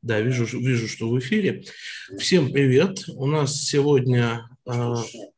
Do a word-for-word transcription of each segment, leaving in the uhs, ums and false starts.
Да, вижу, вижу, что в эфире. Всем привет. У нас сегодня, э,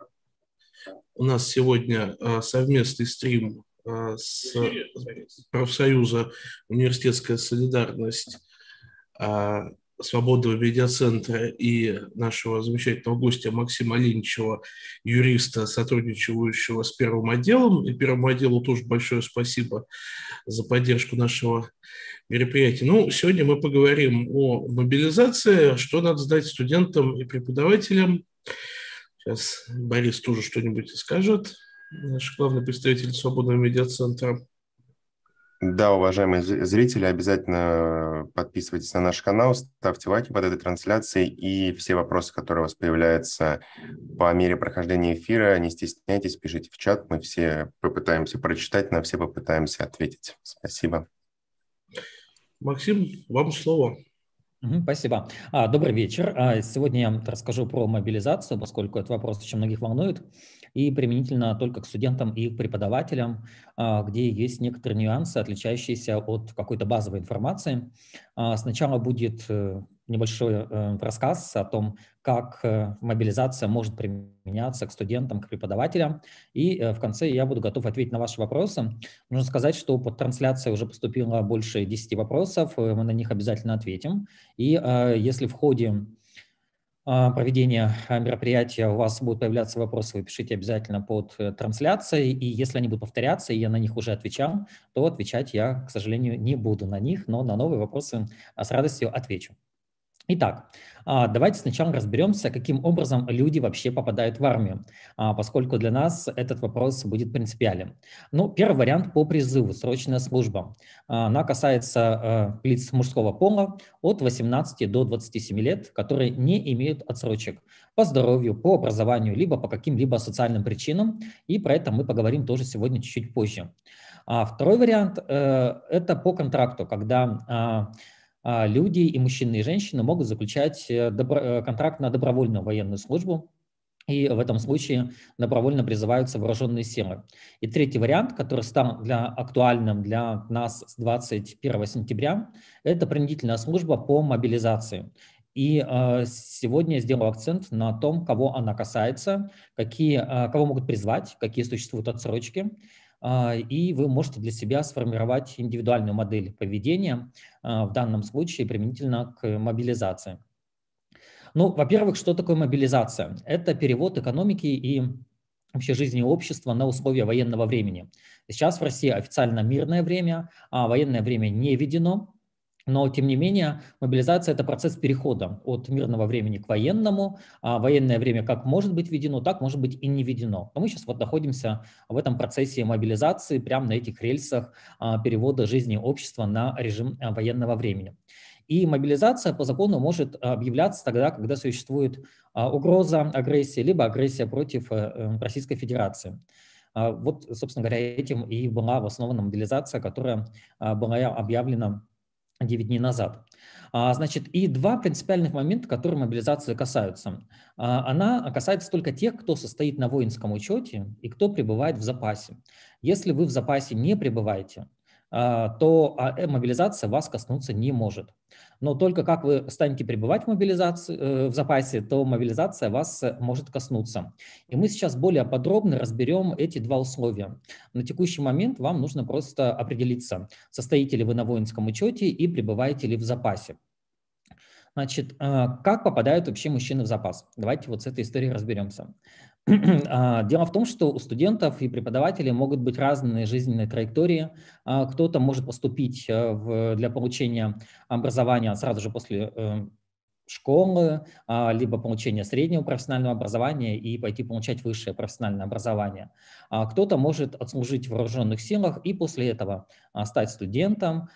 у нас сегодня э, совместный стрим э, с профсоюза «Университетская солидарность», э, Свободного медиацентра и нашего замечательного гостя Максима Оленичева, юриста, сотрудничающего с Первым отделом. И Первому отделу тоже большое спасибо за поддержку нашего мероприятий. Ну, сегодня мы поговорим о мобилизации, что надо сдать студентам и преподавателям. Сейчас Борис тоже что-нибудь скажет, наш главный представитель Свободного медиацентра. Да, уважаемые зрители, обязательно подписывайтесь на наш канал, ставьте лайки под этой трансляцией, и все вопросы, которые у вас появляются по мере прохождения эфира, не стесняйтесь, пишите в чат, мы все попытаемся прочитать, на все попытаемся ответить. Спасибо. Максим, вам слово. Спасибо. Добрый вечер. Сегодня я расскажу про мобилизацию, поскольку этот вопрос очень многих волнует, и применительно только к студентам и к преподавателям, где есть некоторые нюансы, отличающиеся от какой-то базовой информации. Сначала будет небольшой рассказ о том, как мобилизация может применяться к студентам, к преподавателям. И в конце я буду готов ответить на ваши вопросы. Нужно сказать, что под трансляцией уже поступило больше десяти вопросов, мы на них обязательно ответим. И если в ходе проведения мероприятия у вас будут появляться вопросы, вы пишите обязательно под трансляцией. И если они будут повторяться, и я на них уже отвечал, то отвечать я, к сожалению, не буду на них, но на новые вопросы с радостью отвечу. Итак, давайте сначала разберемся, каким образом люди вообще попадают в армию, поскольку для нас этот вопрос будет принципиален. Ну, первый вариант по призыву, срочная служба. Она касается лиц мужского пола от восемнадцати до двадцати семи лет, которые не имеют отсрочек по здоровью, по образованию, либо по каким-либо социальным причинам, и про это мы поговорим тоже сегодня чуть-чуть позже. А второй вариант – это по контракту, когда люди, и мужчины, и женщины, могут заключать добро, контракт на добровольную военную службу, и в этом случае добровольно призываются вооруженные силы. И третий вариант, который стал для, актуальным для нас с двадцать первого сентября, это принудительная служба по мобилизации. И э, сегодня я сделал акцент на том, кого она касается, какие, э, кого могут призвать, какие существуют отсрочки. И вы можете для себя сформировать индивидуальную модель поведения, в данном случае применительно к мобилизации. Ну, во-первых, что такое мобилизация? Это перевод экономики и вообще жизни общества на условия военного времени. Сейчас в России официально мирное время, а военное время не введено. Но, тем не менее, мобилизация – это процесс перехода от мирного времени к военному. А военное время как может быть введено, так может быть и не введено. Но мы сейчас вот находимся в этом процессе мобилизации, прямо на этих рельсах а, перевода жизни общества на режим а, военного времени. И мобилизация по закону может объявляться тогда, когда существует а, угроза агрессии, либо агрессия против а, Российской Федерации. А, вот, собственно говоря, этим и была обоснована мобилизация, которая а, была объявлена девять дней назад. Значит, и два принципиальных момента, которые мобилизации касаются. Она касается только тех, кто состоит на воинском учете и кто пребывает в запасе. Если вы в запасе не пребываете, то мобилизация вас коснуться не может. Но только как вы станете пребывать в мобилизации, в запасе, то мобилизация вас может коснуться. И мы сейчас более подробно разберем эти два условия. На текущий момент вам нужно просто определиться, состоите ли вы на воинском учете и пребываете ли в запасе. Значит, как попадают вообще мужчины в запас? Давайте вот с этой историей разберемся. Дело в том, что у студентов и преподавателей могут быть разные жизненные траектории. Кто-то может поступить в, для получения образования сразу же после школы, либо получения среднего профессионального образования и пойти получать высшее профессиональное образование. Кто-то может отслужить в вооруженных силах и после этого стать студентом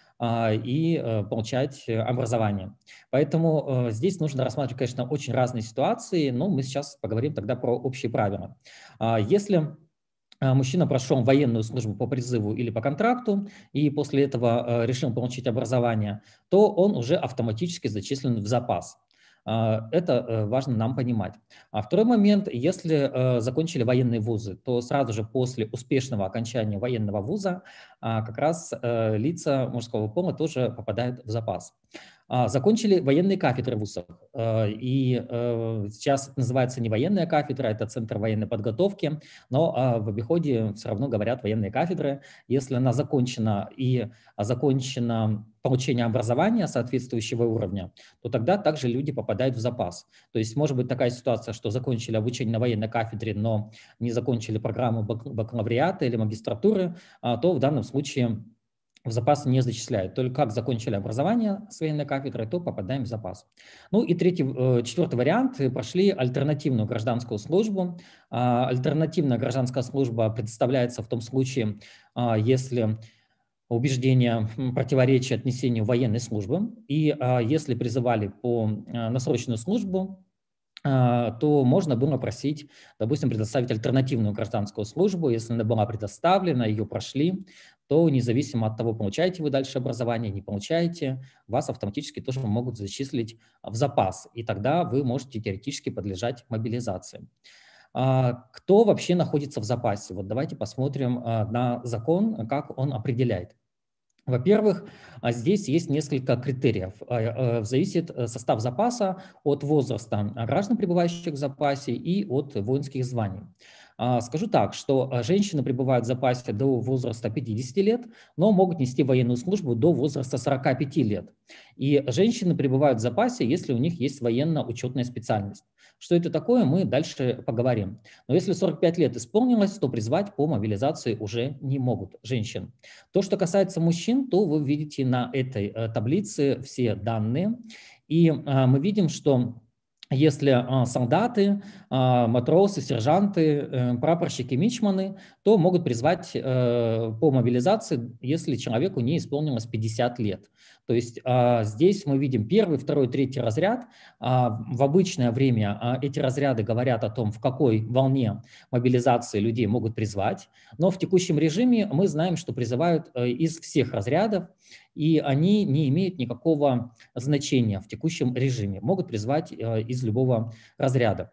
и получать образование. Поэтому здесь нужно рассматривать, конечно, очень разные ситуации, но мы сейчас поговорим тогда про общие правила. Если мужчина прошел военную службу по призыву или по контракту и после этого решил получить образование, то он уже автоматически зачислен в запас. Это важно нам понимать. А второй момент, если закончили военные вузы, то сразу же после успешного окончания военного вуза как раз лица мужского пола тоже попадают в запас. закончили военные кафедры в вузах. И сейчас это называется не военная кафедра, это Центр военной подготовки, но в обиходе все равно говорят военные кафедры. Если она закончена и закончено получение образования соответствующего уровня, то тогда также люди попадают в запас. То есть может быть такая ситуация, что закончили обучение на военной кафедре, но не закончили программу бакалавриата или магистратуры, то в данном случае в запас не зачисляют. Только как закончили образование с военной кафедрой, то попадаем в запас. Ну и третий, четвертый вариант. Прошли альтернативную гражданскую службу. Альтернативная гражданская служба предоставляется в том случае, если убеждения противоречат отнесению военной службы. И если призывали по на срочную службу, то можно было просить, допустим, предоставить альтернативную гражданскую службу. Если она была предоставлена, ее прошли, то независимо от того, получаете вы дальше образование, не получаете, вас автоматически тоже могут зачислить в запас. И тогда вы можете теоретически подлежать мобилизации. Кто вообще находится в запасе? Вот давайте посмотрим на закон, как он определяет. Во-первых, здесь есть несколько критериев. Зависит состав запаса от возраста граждан, пребывающих в запасе, и от воинских званий. Скажу так, что женщины пребывают в запасе до возраста пятидесяти лет, но могут нести военную службу до возраста сорока пяти лет. И женщины пребывают в запасе, если у них есть военно-учетная специальность. Что это такое, мы дальше поговорим. Но если сорок пять лет исполнилось, то призвать по мобилизации уже не могут женщин. То, что касается мужчин, то вы видите на этой таблице все данные. И мы видим, что если солдаты, матросы, сержанты, прапорщики, мичманы, то могут призвать по мобилизации, если человеку не исполнилось пятьдесят лет. То есть здесь мы видим первый, второй, третий разряд. В обычное время эти разряды говорят о том, в какой волне мобилизации людей могут призвать. Но в текущем режиме мы знаем, что призывают из всех разрядов, и они не имеют никакого значения в текущем режиме. Могут призвать из любого разряда.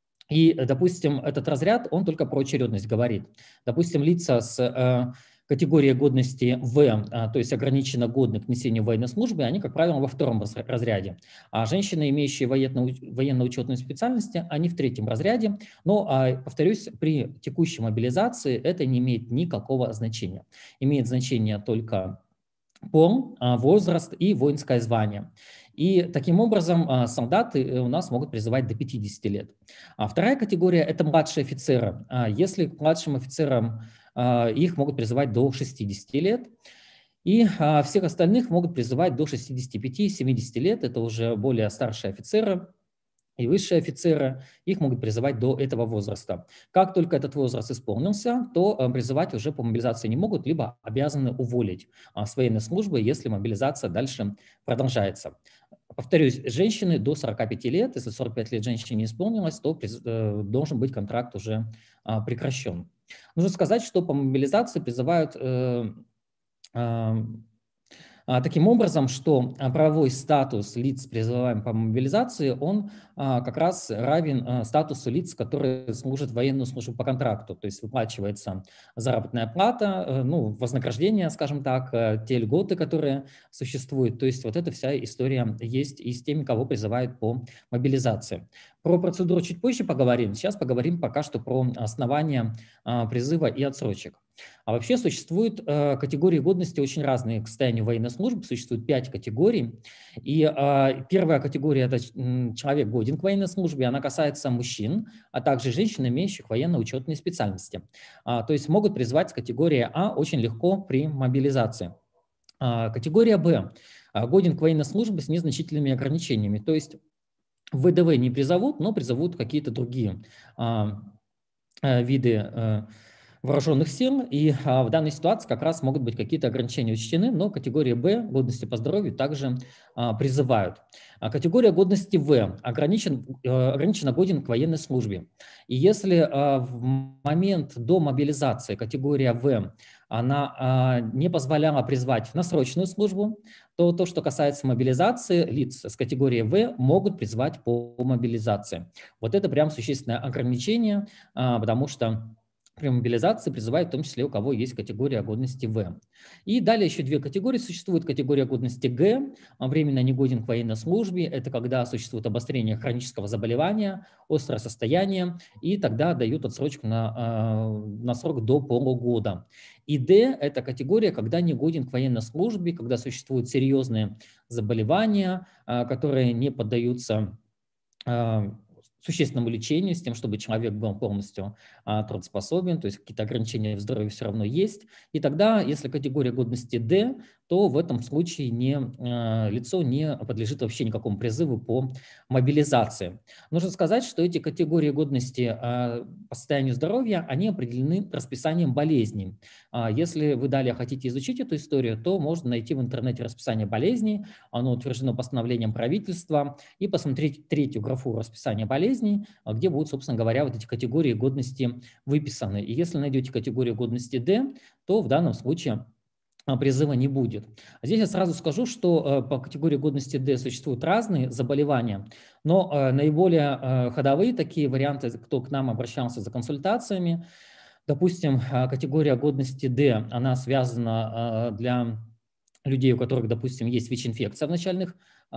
И, допустим, этот разряд, он только про очередность говорит. Допустим, лица с категорией годности В, то есть ограниченно годны к несению военной службы, они, как правило, во втором разряде. А женщины, имеющие военно-учетную специальность, они в третьем разряде. Но, повторюсь, при текущей мобилизации это не имеет никакого значения. Имеет значение только пол, возраст и воинское звание. И таким образом солдаты у нас могут призывать до пятидесяти лет. А вторая категория – это младшие офицеры. Если к младшим офицерам их могут призывать до шестидесяти лет, и всех остальных могут призывать до шестидесяти пяти — семидесяти лет. Это уже более старшие офицеры. И высшие офицеры, их могут призывать до этого возраста. Как только этот возраст исполнился, то призывать уже по мобилизации не могут, либо обязаны уволить с военной службы, если мобилизация дальше продолжается. Повторюсь, женщины до сорока пяти лет, если сорок пять лет женщине не исполнилось, то должен быть контракт уже прекращен. Нужно сказать, что по мобилизации призывают таким образом, что правовой статус лиц, призываемых по мобилизации, он как раз равен статусу лиц, которые служат военную службу по контракту. То есть выплачивается заработная плата, ну, вознаграждение, скажем так, те льготы, которые существуют. То есть вот эта вся история есть и с теми, кого призывают по мобилизации. Про процедуру чуть позже поговорим. Сейчас поговорим пока что про основания призыва и отсрочек. А вообще существуют э, категории годности очень разные к состоянию военной службы. Существует пять категорий. И э, первая категория – это человек годен к военной службе. Она касается мужчин, а также женщин, имеющих военно-учетные специальности. А, то есть могут призвать с категории А очень легко при мобилизации. А, категория Б – годен к военной службе с незначительными ограничениями. То есть в ВДВ не призовут, но призовут какие-то другие а, а, виды а, вооруженных сил, и а, в данной ситуации как раз могут быть какие-то ограничения учтены, но категория Б, годности по здоровью, также а, призывают. А категория годности В ограничен, а, ограниченно годен к военной службе. И если а, в момент до мобилизации категория В она а, не позволяла призвать на срочную службу, то то, что касается мобилизации, лиц с категории В могут призвать по мобилизации. Вот это прям существенное ограничение, а, потому что при мобилизации призывают в том числе, у кого есть категория годности В. И далее еще две категории. Существует категория годности Г, временно негоден к военной службе. Это когда существует обострение хронического заболевания, острое состояние, и тогда дают отсрочку на, на срок до полугода. И Д – это категория, когда негоден к военной службе, когда существуют серьезные заболевания, которые не поддаются существенному лечению, с тем, чтобы человек был полностью а, трудоспособен, то есть какие-то ограничения в здоровье все равно есть. И тогда, если категория годности D, то в этом случае не, а, лицо не подлежит вообще никакому призыву по мобилизации. Нужно сказать, что эти категории годности а, по состоянию здоровья, они определены расписанием болезней. А, если вы далее хотите изучить эту историю, то можно найти в интернете расписание болезней, оно утверждено постановлением правительства, и посмотреть третью графу расписания болезней, где будут, собственно говоря, вот эти категории годности выписаны. И если найдете категорию годности D, то в данном случае призыва не будет. Здесь я сразу скажу, что по категории годности D существуют разные заболевания, но наиболее ходовые такие варианты, кто к нам обращался за консультациями, допустим, категория годности D, она связана для людей, у которых, допустим, есть ВИЧ-инфекция в начальных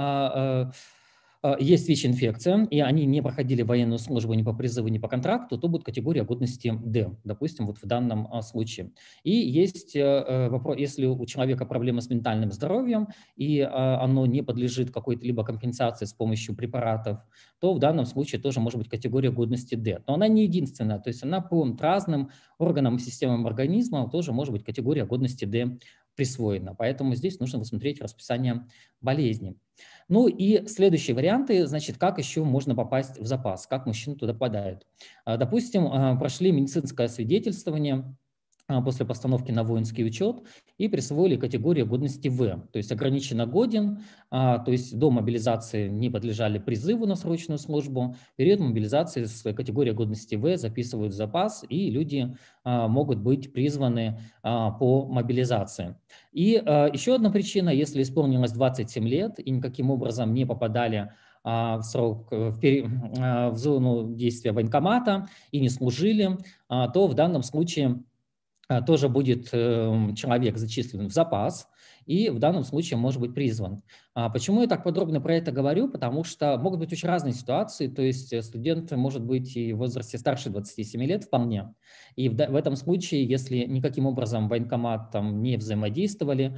есть ВИЧ-инфекция, и они не проходили военную службу ни по призыву, ни по контракту, то будет категория годности D, допустим, вот в данном случае. И есть вопрос, если у человека проблемы с ментальным здоровьем, и оно не подлежит какой-то либо компенсации с помощью препаратов, то в данном случае тоже может быть категория годности D. Но она не единственная, то есть она по разным органам и системам организма тоже может быть категория годности D присвоена. Поэтому здесь нужно посмотреть расписание болезни. Ну и следующие варианты, значит, как еще можно попасть в запас, как мужчины туда попадают. Допустим, прошли медицинское освидетельствование после постановки на воинский учет и присвоили категорию годности В, то есть ограниченно годен, то есть до мобилизации не подлежали призыву на срочную службу, в период мобилизации с категории годности В записывают в запас, и люди могут быть призваны по мобилизации. И еще одна причина, если исполнилось двадцать семь лет и никаким образом не попадали в срок, в, пери, в зону действия военкомата и не служили, то в данном случае тоже будет человек зачислен в запас и в данном случае может быть призван. Почему я так подробно про это говорю? Потому что могут быть очень разные ситуации, то есть студент может быть и в возрасте старше двадцати семи лет вполне. И в, в этом случае, если никаким образом военкомат там не взаимодействовали,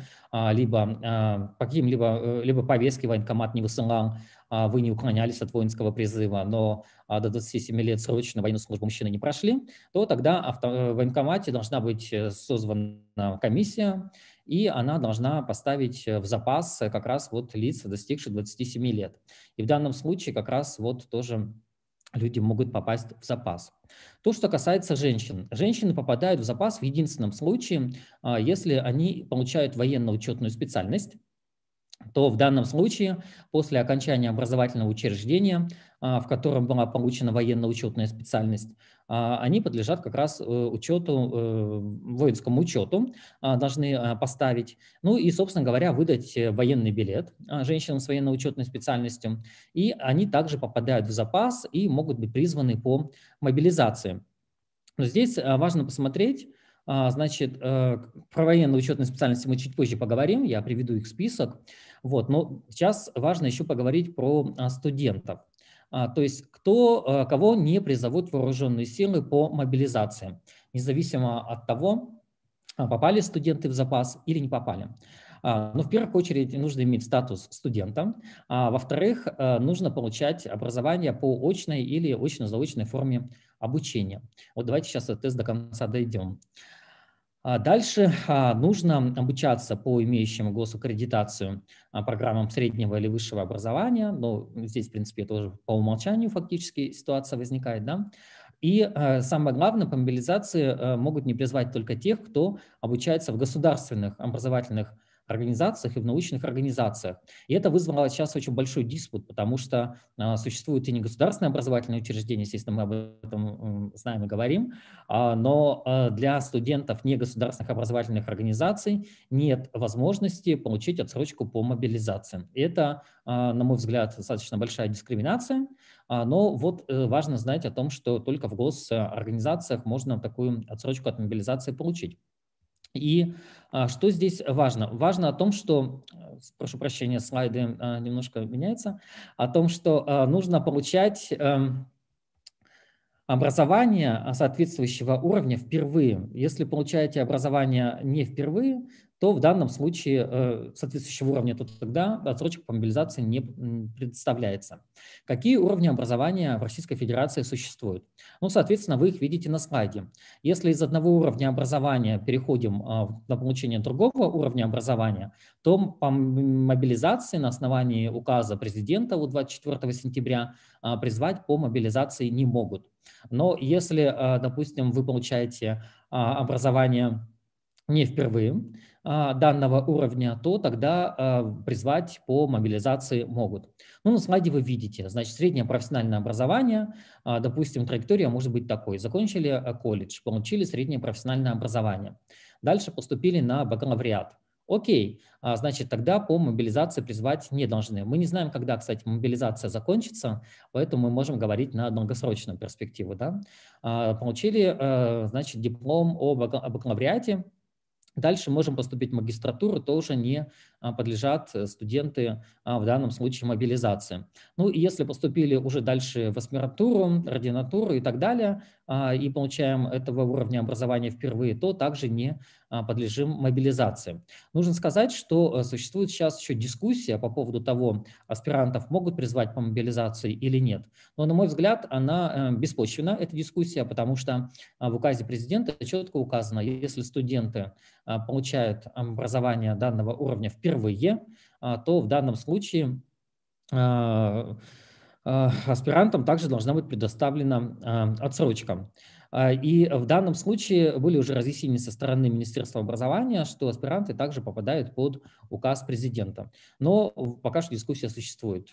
либо по каким-либо либо повестки военкомат не высылал, вы не уклонялись от воинского призыва, но до двадцати семи лет срочно военную службу мужчины не прошли, то тогда в военкомате должна быть созвана комиссия, и она должна поставить в запас как раз вот лиц, достигших двадцати семи лет. И в данном случае как раз вот тоже люди могут попасть в запас. То, что касается женщин. Женщины попадают в запас в единственном случае, если они получают военно-учетную специальность, то в данном случае после окончания образовательного учреждения, в котором была получена военно-учетная специальность, они подлежат как раз учету, воинскому учету, должны поставить, ну и, собственно говоря, выдать военный билет женщинам с военно-учетной специальностью, и они также попадают в запас и могут быть призваны по мобилизации. Но здесь важно посмотреть. Значит, про военную учетную специальность мы чуть позже поговорим, я приведу их список. Вот, но сейчас важно еще поговорить про студентов. То есть кто, кого не призовут в вооруженные силы по мобилизации, независимо от того, попали студенты в запас или не попали. Но в первую очередь нужно иметь статус студента, а во-вторых, нужно получать образование по очной или очно-заочной форме обучения. Вот давайте сейчас этот тест до конца дойдем. Дальше нужно обучаться по имеющим госаккредитацию программам среднего или высшего образования, но здесь, в принципе, тоже по умолчанию фактически ситуация возникает, да. И самое главное, по мобилизации могут не призвать только тех, кто обучается в государственных образовательных организациях и в научных организациях. И это вызвало сейчас очень большой диспут, потому что а, существуют и негосударственные образовательные учреждения, естественно, мы об этом знаем и говорим, а, но а, для студентов негосударственных образовательных организаций нет возможности получить отсрочку по мобилизации. Это, а, на мой взгляд, достаточно большая дискриминация, а, но вот э, важно знать о том, что только в госорганизациях можно такую отсрочку от мобилизации получить. И а, что здесь важно? Важно о том, что, прошу прощения, слайды а, немножко меняются, о том, что а, нужно получать а, образование соответствующего уровня впервые. Если получаете образование не впервые, то в данном случае э, соответствующего уровня, то тогда отсрочка по мобилизации не предоставляется. Какие уровни образования в Российской Федерации существуют? Ну, соответственно, вы их видите на слайде. Если из одного уровня образования переходим э, на получение другого уровня образования, то по мобилизации на основании указа президента от двадцать четвёртого сентября э, призвать по мобилизации не могут. Но если, э, допустим, вы получаете э, образование не впервые данного уровня, то тогда э, призвать по мобилизации могут. Ну, на слайде вы видите, значит, среднее профессиональное образование, э, допустим, траектория может быть такой. Закончили э, колледж, получили среднее профессиональное образование. Дальше поступили на бакалавриат. Окей, а, значит, тогда по мобилизации призвать не должны. Мы не знаем, когда, кстати, мобилизация закончится, поэтому мы можем говорить на долгосрочную перспективу. Да? А, получили, э, значит, диплом о бакалавриате. Дальше можем поступить в магистратуру, тоже не подлежат студенты в данном случае мобилизации. Ну и если поступили уже дальше в аспирантуру, ординатуру и так далее, и получаем этого уровня образования впервые, то также не подлежим мобилизации. Нужно сказать, что существует сейчас еще дискуссия по поводу того, аспирантов могут призвать по мобилизации или нет. Но, на мой взгляд, она беспочвенна, эта дискуссия, потому что в указе президента четко указано, если студенты получают образование данного уровня впервые, то в данном случае аспирантам также должна быть предоставлена отсрочка. И в данном случае были уже разъяснения со стороны Министерства образования, что аспиранты также попадают под указ президента. Но пока что дискуссия существует.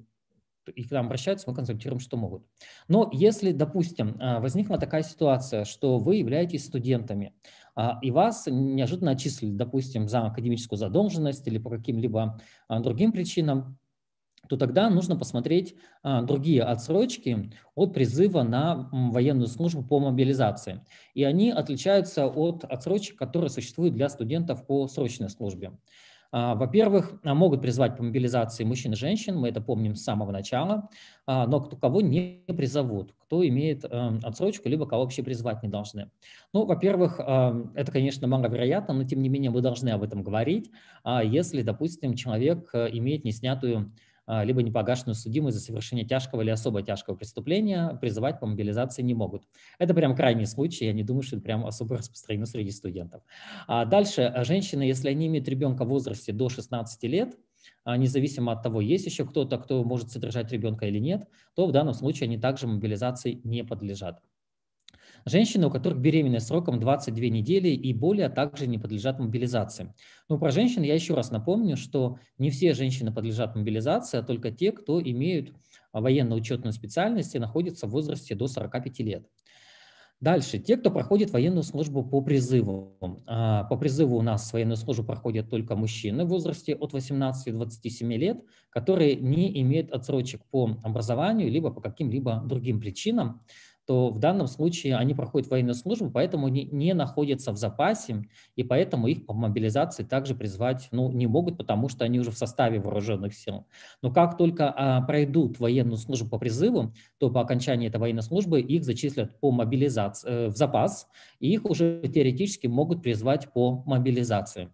И к нам обращаются, мы консультируем, что могут. Но если, допустим, возникла такая ситуация, что вы являетесь студентами, и вас неожиданно отчислили, допустим, за академическую задолженность или по каким-либо другим причинам, то тогда нужно посмотреть а, другие отсрочки от призыва на военную службу по мобилизации. И они отличаются от отсрочек, которые существуют для студентов по срочной службе. А, во-первых, могут призвать по мобилизации мужчин и женщин, мы это помним с самого начала, а, но кто, кого не призовут, кто имеет а, отсрочку, либо кого вообще призвать не должны. Ну, во-первых, а, это, конечно, маловероятно, но тем не менее вы должны об этом говорить, а, если, допустим, человек имеет неснятую либо непогашенную судимость за совершение тяжкого или особо тяжкого преступления, призывать по мобилизации не могут. Это прям крайний случай, я не думаю, что это прям особо распространено среди студентов. А дальше, женщины, если они имеют ребенка в возрасте до шестнадцати лет, независимо от того, есть еще кто-то, кто может содержать ребенка или нет, то в данном случае они также мобилизации не подлежат. Женщины, у которых беременность сроком двадцать две недели и более, также не подлежат мобилизации. Но про женщин я еще раз напомню, что не все женщины подлежат мобилизации, а только те, кто имеют военно-учетную специальность и находятся в возрасте до сорока пяти лет. Дальше. Те, кто проходит военную службу по призыву. По призыву у нас военную службу проходят только мужчины в возрасте от восемнадцати до двадцати семи лет, которые не имеют отсрочек по образованию, либо по каким-либо другим причинам, то в данном случае они проходят военную службу, поэтому не, не находятся в запасе, и поэтому их по мобилизации также призвать ну, не могут, потому что они уже в составе вооруженных сил. Но как только а, пройдут военную службу по призыву, то по окончании этой военной службы их зачислят по мобилизации, э, в запас, и их уже теоретически могут призвать по мобилизации.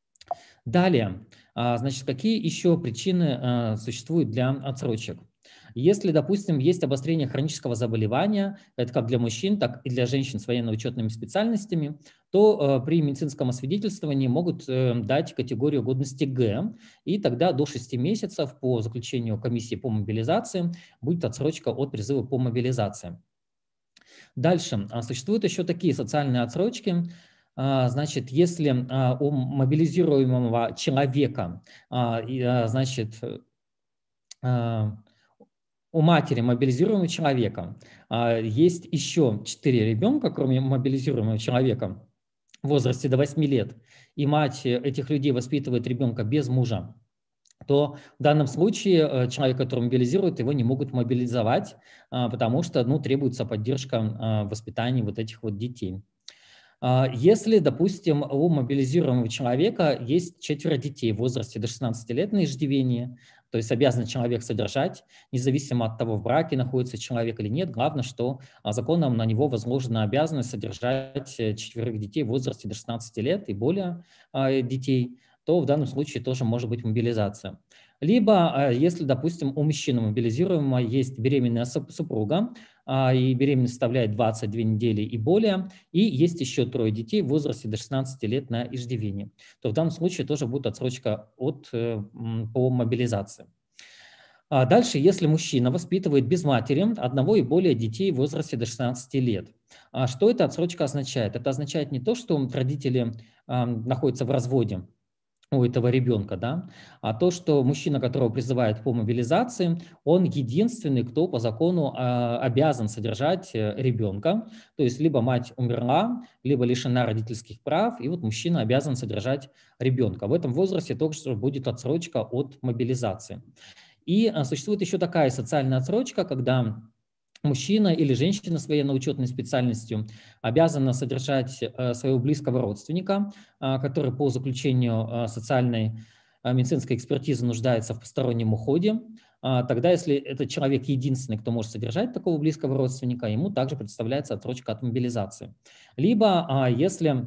Далее, а, значит, какие еще причины а, существуют для отсрочек? Если, допустим, есть обострение хронического заболевания, это как для мужчин, так и для женщин с военно-учетными специальностями, то э, при медицинском освидетельствовании могут э, дать категорию годности Г, и тогда до шести месяцев по заключению комиссии по мобилизации будет отсрочка от призыва по мобилизации. Дальше. Существуют еще такие социальные отсрочки, значит, если у мобилизируемого человека, значит, у матери мобилизируемого человека есть еще четыре ребенка, кроме мобилизируемого человека, в возрасте до восьми лет, и мать этих людей воспитывает ребенка без мужа, то в данном случае человек, который мобилизирует, его не могут мобилизовать, потому что, ну, требуется поддержка воспитания вот этих вот детей. Если, допустим, у мобилизируемого человека есть четверо детей в возрасте до шестнадцати лет на иждивении, то есть обязан человек содержать, независимо от того, в браке находится человек или нет, главное, что законом на него возложена обязанность содержать четверых детей в возрасте до шестнадцати лет и более детей, то в данном случае тоже может быть мобилизация. Либо, если, допустим, у мужчины мобилизируемого есть беременная супруга, и беременность составляет двадцать две недели и более, и есть еще трое детей в возрасте до шестнадцати лет на иждивении, то в данном случае тоже будет отсрочка от, по мобилизации. Дальше, если мужчина воспитывает без матери одного и более детей в возрасте до шестнадцати лет. Что эта отсрочка означает? Это означает не то, что родители находятся в разводе у этого ребенка, да, а то, что мужчина, которого призывают по мобилизации, он единственный, кто по закону э, обязан содержать ребенка, то есть либо мать умерла, либо лишена родительских прав, и вот мужчина обязан содержать ребенка. В этом возрасте тоже будет отсрочка от мобилизации. И э, существует еще такая социальная отсрочка, когда мужчина или женщина с военно-учетной специальностью обязана содержать своего близкого родственника, который по заключению социальной медицинской экспертизы нуждается в постороннем уходе. Тогда, если этот человек единственный, кто может содержать такого близкого родственника, ему также представляется отсрочка от мобилизации. Либо, если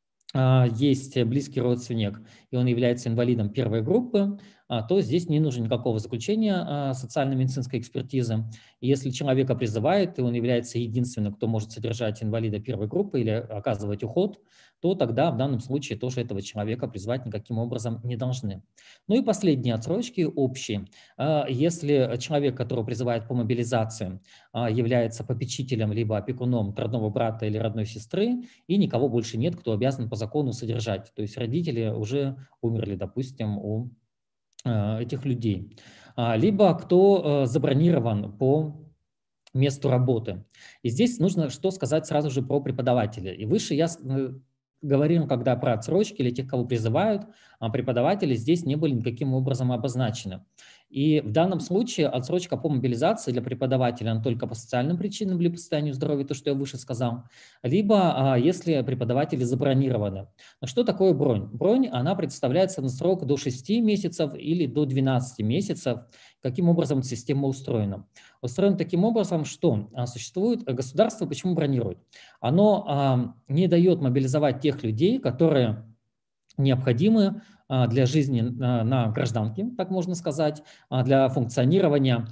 есть близкий родственник, и он является инвалидом первой группы, то здесь не нужно никакого заключения социально-медицинской экспертизы. И если человека призывает, и он является единственным, кто может содержать инвалида первой группы или оказывать уход, то тогда в данном случае тоже этого человека призвать никаким образом не должны. Ну и последние отсрочки общие. Если человек, которого призывают по мобилизации, является попечителем либо опекуном родного брата или родной сестры, и никого больше нет, кто обязан по закону содержать. То есть родители уже умерли, допустим, у этих людей. Либо кто забронирован по месту работы. И здесь нужно что сказать сразу же про преподавателя. И выше я говорил, когда про отсрочки или тех, кого призывают, а преподаватели здесь не были никаким образом обозначены. И в данном случае отсрочка по мобилизации для преподавателя она только по социальным причинам, либо по состоянию здоровья, то, что я выше сказал, либо а, если преподаватели забронированы. Но что такое бронь? Бронь, она представляется на срок до шести месяцев или до двенадцати месяцев. Каким образом система устроена? Устроена таким образом, что а, существует государство, почему бронирует? Оно а, не дает мобилизовать тех людей, которые необходимы для жизни на гражданке, так можно сказать, для функционирования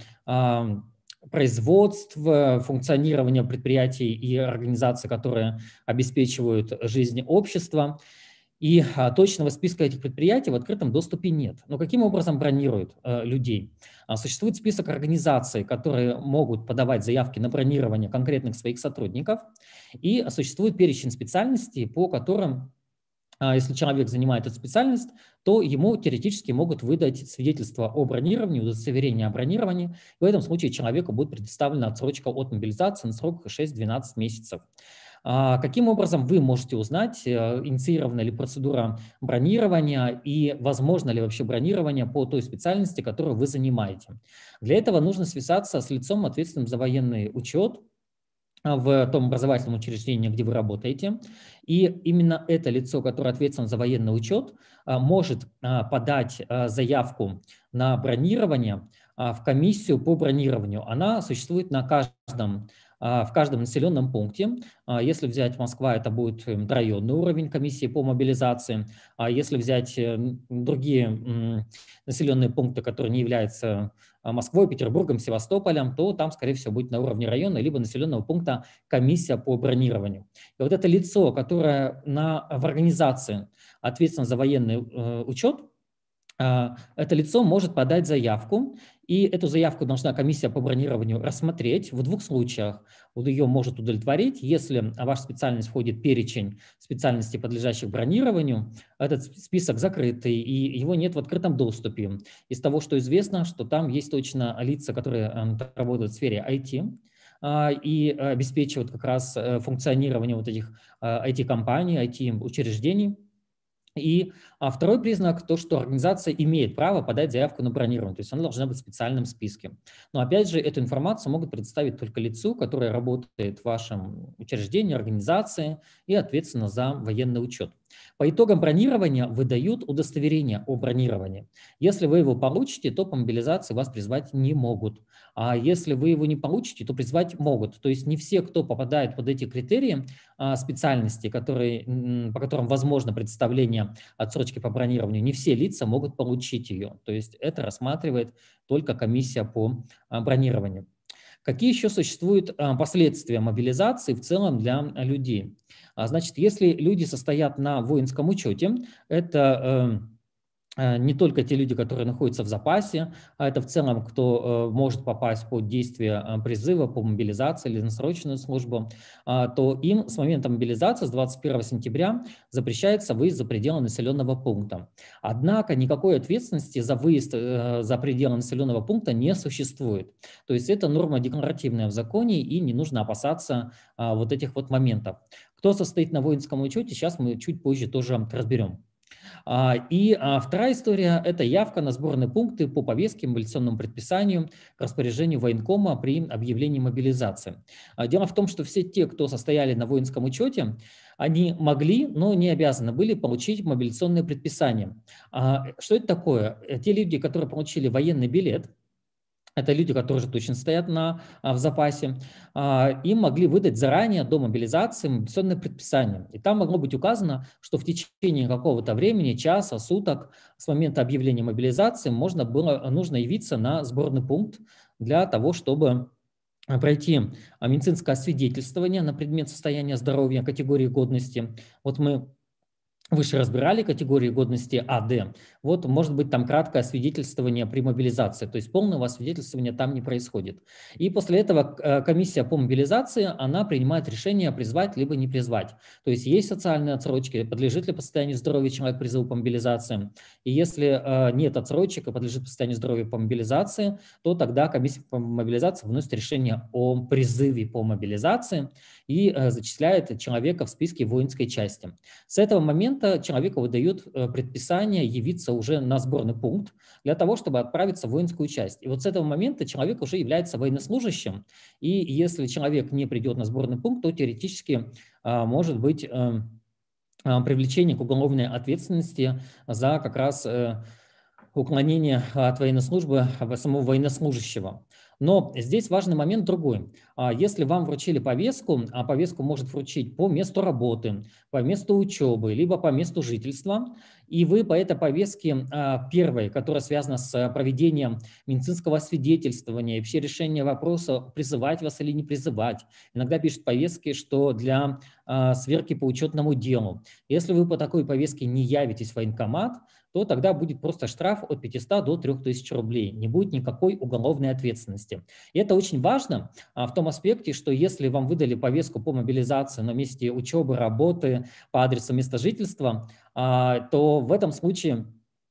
производства, функционирования предприятий и организаций, которые обеспечивают жизнь общества. И точного списка этих предприятий в открытом доступе нет. Но каким образом бронируют людей? Существует список организаций, которые могут подавать заявки на бронирование конкретных своих сотрудников, и существует перечень специальностей, по которым, если человек занимает эту специальность, то ему теоретически могут выдать свидетельство о бронировании, удостоверение о бронировании. В этом случае человеку будет предоставлена отсрочка от мобилизации на срок шесть-двенадцать месяцев. Каким образом вы можете узнать, инициирована ли процедура бронирования и возможно ли вообще бронирование по той специальности, которую вы занимаете? Для этого нужно связаться с лицом, ответственным за военный учет, в том образовательном учреждении, где вы работаете. И именно это лицо, которое ответственно за военный учет, может подать заявку на бронирование в комиссию по бронированию. Она существует на каждом, в каждом населенном пункте. Если взять Москва, это будет районный уровень комиссии по мобилизации. А если взять другие населенные пункты, которые не являются Москвой, Петербургом, Севастополем, то там, скорее всего, будет на уровне района либо населенного пункта комиссия по бронированию. И вот это лицо, которое на, в организации ответственно за военный э, учет, э, это лицо может подать заявку, И эту заявку должна комиссия по бронированию рассмотреть в двух случаях. Вот ее может удовлетворить, если ваша специальность входит в перечень специальностей, подлежащих бронированию, этот список закрытый, и его нет в открытом доступе. Из того, что известно, что там есть точно лица, которые работают в сфере ай ти, и обеспечивают как раз функционирование вот этих ай ти-компаний, ай ти-учреждений. И а второй признак – то, что организация имеет право подать заявку на бронирование, то есть она должна быть в специальном списке. Но опять же, эту информацию могут предоставить только лицу, которое работает в вашем учреждении, организации и ответственно за военный учет. По итогам бронирования выдают удостоверение о бронировании. Если вы его получите, то по мобилизации вас призвать не могут. А если вы его не получите, то призвать могут. То есть не все, кто попадает под эти критерии специальности, которые, по которым возможно представление отсрочки по бронированию, не все лица могут получить ее. То есть это рассматривает только комиссия по бронированию. Какие еще существуют последствия мобилизации в целом для людей? Значит, если люди состоят на воинском учете, это не только те люди, которые находятся в запасе, а это в целом, кто может попасть под действие призыва, по мобилизации или на срочную службу, то им с момента мобилизации, с двадцать первого сентября, запрещается выезд за пределы населенного пункта. Однако никакой ответственности за выезд за пределы населенного пункта не существует. То есть это норма декларативная в законе, и не нужно опасаться вот этих вот моментов. Кто состоит на воинском учете, сейчас мы чуть позже тоже разберем. И вторая история – это явка на сборные пункты по повестке, мобилизационному предписанию к распоряжению военкома при объявлении мобилизации. Дело в том, что все те, кто состояли на воинском учете, они могли, но не обязаны были получить мобилизационное предписание. Что это такое? Те люди, которые получили военный билет, это люди, которые же точно стоят на, в запасе, им могли выдать заранее до мобилизации мобилизационное предписание. И там могло быть указано, что в течение какого-то времени, часа, суток, с момента объявления мобилизации можно было, нужно явиться на сборный пункт для того, чтобы пройти медицинское освидетельствование на предмет состояния здоровья категории годности. Вот мы выше разбирали категории годности А Д. Вот может быть там краткое освидетельствование при мобилизации, то есть полного освидетельствования там не происходит. И после этого комиссия по мобилизации, она принимает решение призвать либо не призвать. То есть есть социальные отсрочки, подлежит ли по состоянию здоровья человек призыву по мобилизации. И если нет отсрочек и подлежит по состоянию здоровья по мобилизации, то тогда комиссия по мобилизации выносит решение о призыве по мобилизации и зачисляет человека в списке воинской части. С этого момента человеку выдают предписание явиться уже на сборный пункт для того, чтобы отправиться в воинскую часть. И вот с этого момента человек уже является военнослужащим, и если человек не придет на сборный пункт, то теоретически может быть привлечение к уголовной ответственности за как раз уклонение от военной службы самого военнослужащего. Но здесь важный момент другой. Если вам вручили повестку, а повестку может вручить по месту работы, по месту учебы, либо по месту жительства, и вы по этой повестке первой, которая связана с проведением медицинского освидетельствования и вообще решения вопроса, призывать вас или не призывать. Иногда пишут повестки, что для сверки по учетному делу. Если вы по такой повестке не явитесь в военкомат, то тогда будет просто штраф от пятисот до трёх тысяч рублей. Не будет никакой уголовной ответственности. И это очень важно а, в том аспекте, что если вам выдали повестку по мобилизации на месте учебы, работы, по адресу места жительства, а, то в этом случае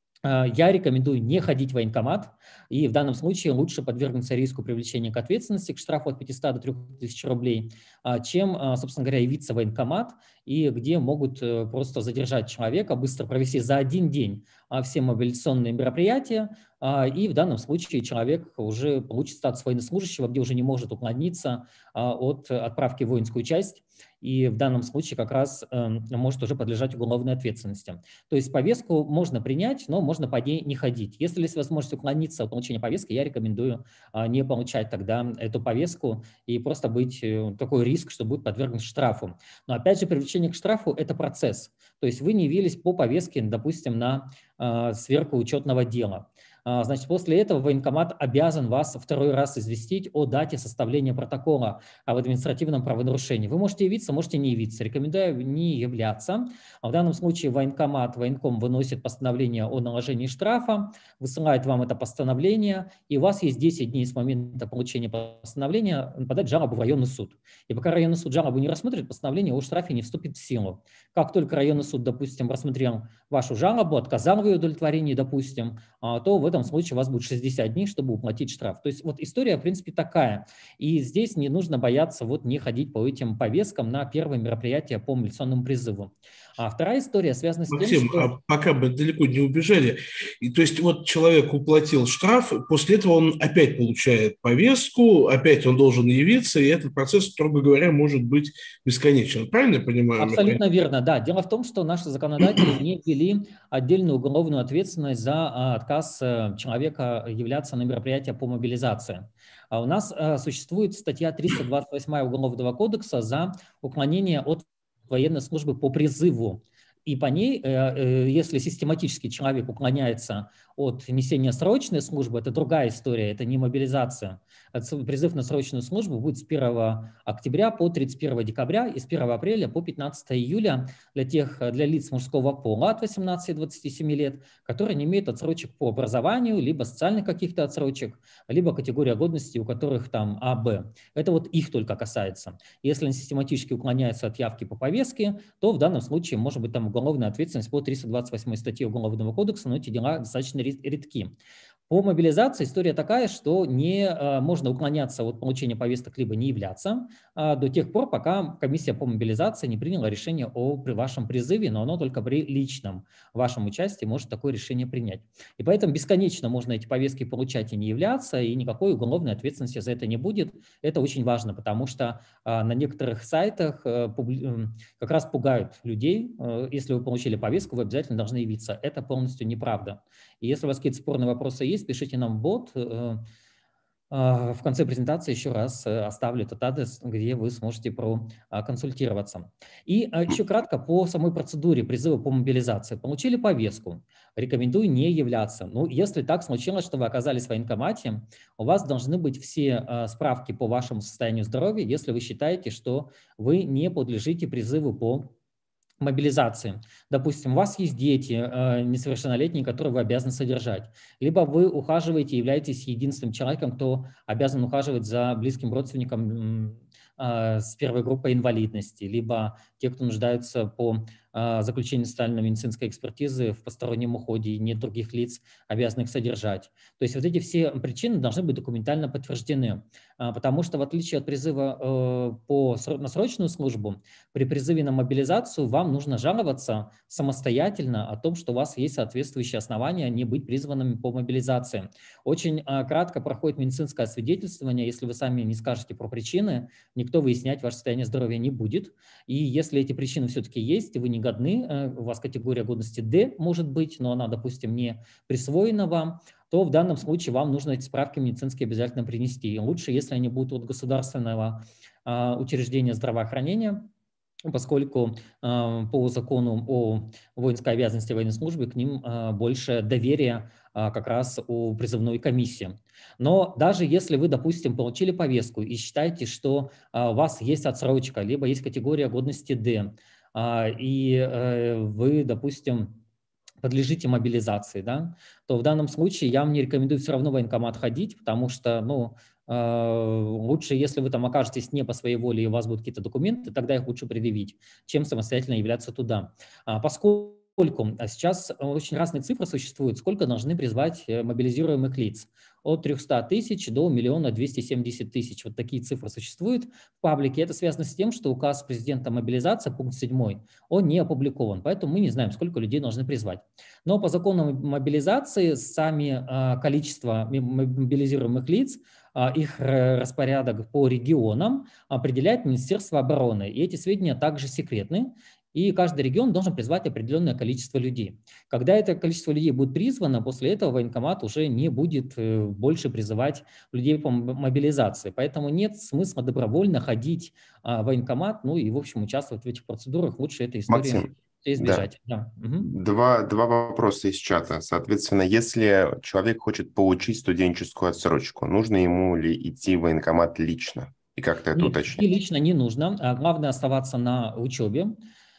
я рекомендую не ходить в военкомат, и в данном случае лучше подвергнуться риску привлечения к ответственности, к штрафу от пятисот до трёх тысяч рублей, чем, собственно говоря, явиться в военкомат, и где могут просто задержать человека, быстро провести за один день все мобилизационные мероприятия, и в данном случае человек уже получит статус военнослужащего, где уже не может уклониться от отправки в воинскую часть, и в данном случае как раз может уже подлежать уголовной ответственности. То есть повестку можно принять, но можно по ней не ходить. Если есть возможность уклониться от получения повестки, я рекомендую не получать тогда эту повестку и просто быть такой риск, что будет подвергнут штрафу. Но опять же, привлечение к штрафу – это процесс. То есть вы не явились по повестке, допустим, на сверку учетного дела. Значит, после этого военкомат обязан вас второй раз известить о дате составления протокола об административном правонарушении. Вы можете явиться, можете не явиться. Рекомендую не являться. В данном случае военкомат, военком выносит постановление о наложении штрафа, высылает вам это постановление, и у вас есть десять дней с момента получения постановления подать жалобу в районный суд. И пока районный суд жалобу не рассмотрит, постановление о штрафе не вступит в силу. Как только районный суд, допустим, рассмотрел вашу жалобу, отказал в ее удовлетворении, допустим, то в этом случае у вас будет шестьдесят дней, чтобы уплатить штраф. То есть вот история, в принципе, такая. И здесь не нужно бояться вот не ходить по этим повесткам на первое мероприятие по милиционному призыву. А вторая история связана с Максим, тем, что... а пока бы далеко не убежали, и, то есть вот человек уплатил штраф, после этого он опять получает повестку, опять он должен явиться, и этот процесс, строго говоря, может быть бесконечен. Правильно я понимаю? Абсолютно Михаил? Верно, да. Дело в том, что наши законодатели не ввели отдельную уголовную ответственность за отказ человека являться на мероприятие по мобилизации. А у нас существует статья триста двадцать восемь Уголовного кодекса за уклонение от военной службы по призыву. И по ней, если систематически человек уклоняется от несения срочной службы, это другая история, это не мобилизация. Призыв на срочную службу будет с первого октября по тридцать первое декабря и с первого апреля по пятнадцатое июля для тех, для лиц мужского пола от восемнадцати до двадцати семи лет, которые не имеют отсрочек по образованию, либо социальных каких-то отсрочек, либо категория годности, у которых там А, Б. Это вот их только касается. Если они систематически уклоняются от явки по повестке, то в данном случае может быть там уголовная ответственность по триста двадцать восьмой статье Уголовного кодекса, но эти дела достаточно редки. По мобилизации история такая, что не а, можно уклоняться от получения повесток, либо не являться а, до тех пор, пока комиссия по мобилизации не приняла решение о при вашем призыве, но оно только при личном вашем участии может такое решение принять. И поэтому бесконечно можно эти повестки получать и не являться, и никакой уголовной ответственности за это не будет. Это очень важно, потому что а, на некоторых сайтах а, публи... как раз пугают людей. А, если вы получили повестку, вы обязательно должны явиться. Это полностью неправда. И если у вас какие-то спорные вопросы есть, пишите нам в бот. В конце презентации еще раз оставлю этот адрес, где вы сможете проконсультироваться. И еще кратко по самой процедуре призыва по мобилизации. Получили повестку, рекомендую не являться. Ну, если так случилось, что вы оказались в военкомате, у вас должны быть все справки по вашему состоянию здоровья, если вы считаете, что вы не подлежите призыву по мобилизации. Допустим, у вас есть дети э, несовершеннолетние, которые вы обязаны содержать. Либо вы ухаживаете, являетесь единственным человеком, кто обязан ухаживать за близким родственником э, с первой группой инвалидности, либо те, кто нуждаются по э, заключению социально-медицинской экспертизы в постороннем уходе, и нет других лиц, обязанных содержать. То есть вот эти все причины должны быть документально подтверждены, э, потому что в отличие от призыва э, по, на срочную службу, при призыве на мобилизацию вам нужно жаловаться самостоятельно о том, что у вас есть соответствующие основания не быть призванными по мобилизации. Очень а, кратко проходит медицинское освидетельствование. Если вы сами не скажете про причины, никто выяснять ваше состояние здоровья не будет. И если эти причины все-таки есть, и вы не годны, у вас категория годности Д может быть, но она, допустим, не присвоена вам, то в данном случае вам нужно эти справки медицинские обязательно принести. И лучше, если они будут от государственного а, учреждения здравоохранения, поскольку э, по закону о воинской обязанности и военной службе к ним э, больше доверия э, как раз у призывной комиссии. Но даже если вы, допустим, получили повестку и считаете, что э, у вас есть отсрочка, либо есть категория годности Д, э, и э, вы, допустим, подлежите мобилизации, да, то в данном случае я вам не рекомендую все равно в военкомат ходить, потому что, ну, лучше, если вы там окажетесь не по своей воле и у вас будут какие-то документы, тогда их лучше предъявить, чем самостоятельно являться туда. Поскольку сейчас очень разные цифры существуют, сколько должны призвать мобилизируемых лиц. От трёхсот тысяч до миллиона двухсот семидесяти тысяч. Вот такие цифры существуют в паблике. Это связано с тем, что указ президента мобилизации, пункт седьмой, он не опубликован, поэтому мы не знаем, сколько людей должны призвать. Но по закону мобилизации сами количество мобилизируемых лиц, их распорядок по регионам определяет Министерство обороны. И эти сведения также секретны. И каждый регион должен призвать определенное количество людей. Когда это количество людей будет призвано, после этого военкомат уже не будет больше призывать людей по мобилизации. Поэтому нет смысла добровольно ходить в военкомат, ну и, в общем, участвовать в этих процедурах. Лучше этой истории Максим, избежать. Да. Да. Угу. Два, два вопроса из чата. Соответственно, если человек хочет получить студенческую отсрочку, нужно ему ли идти в военкомат лично? И как-то это Нет, идти уточнить. лично не нужно. А главное оставаться на учебе.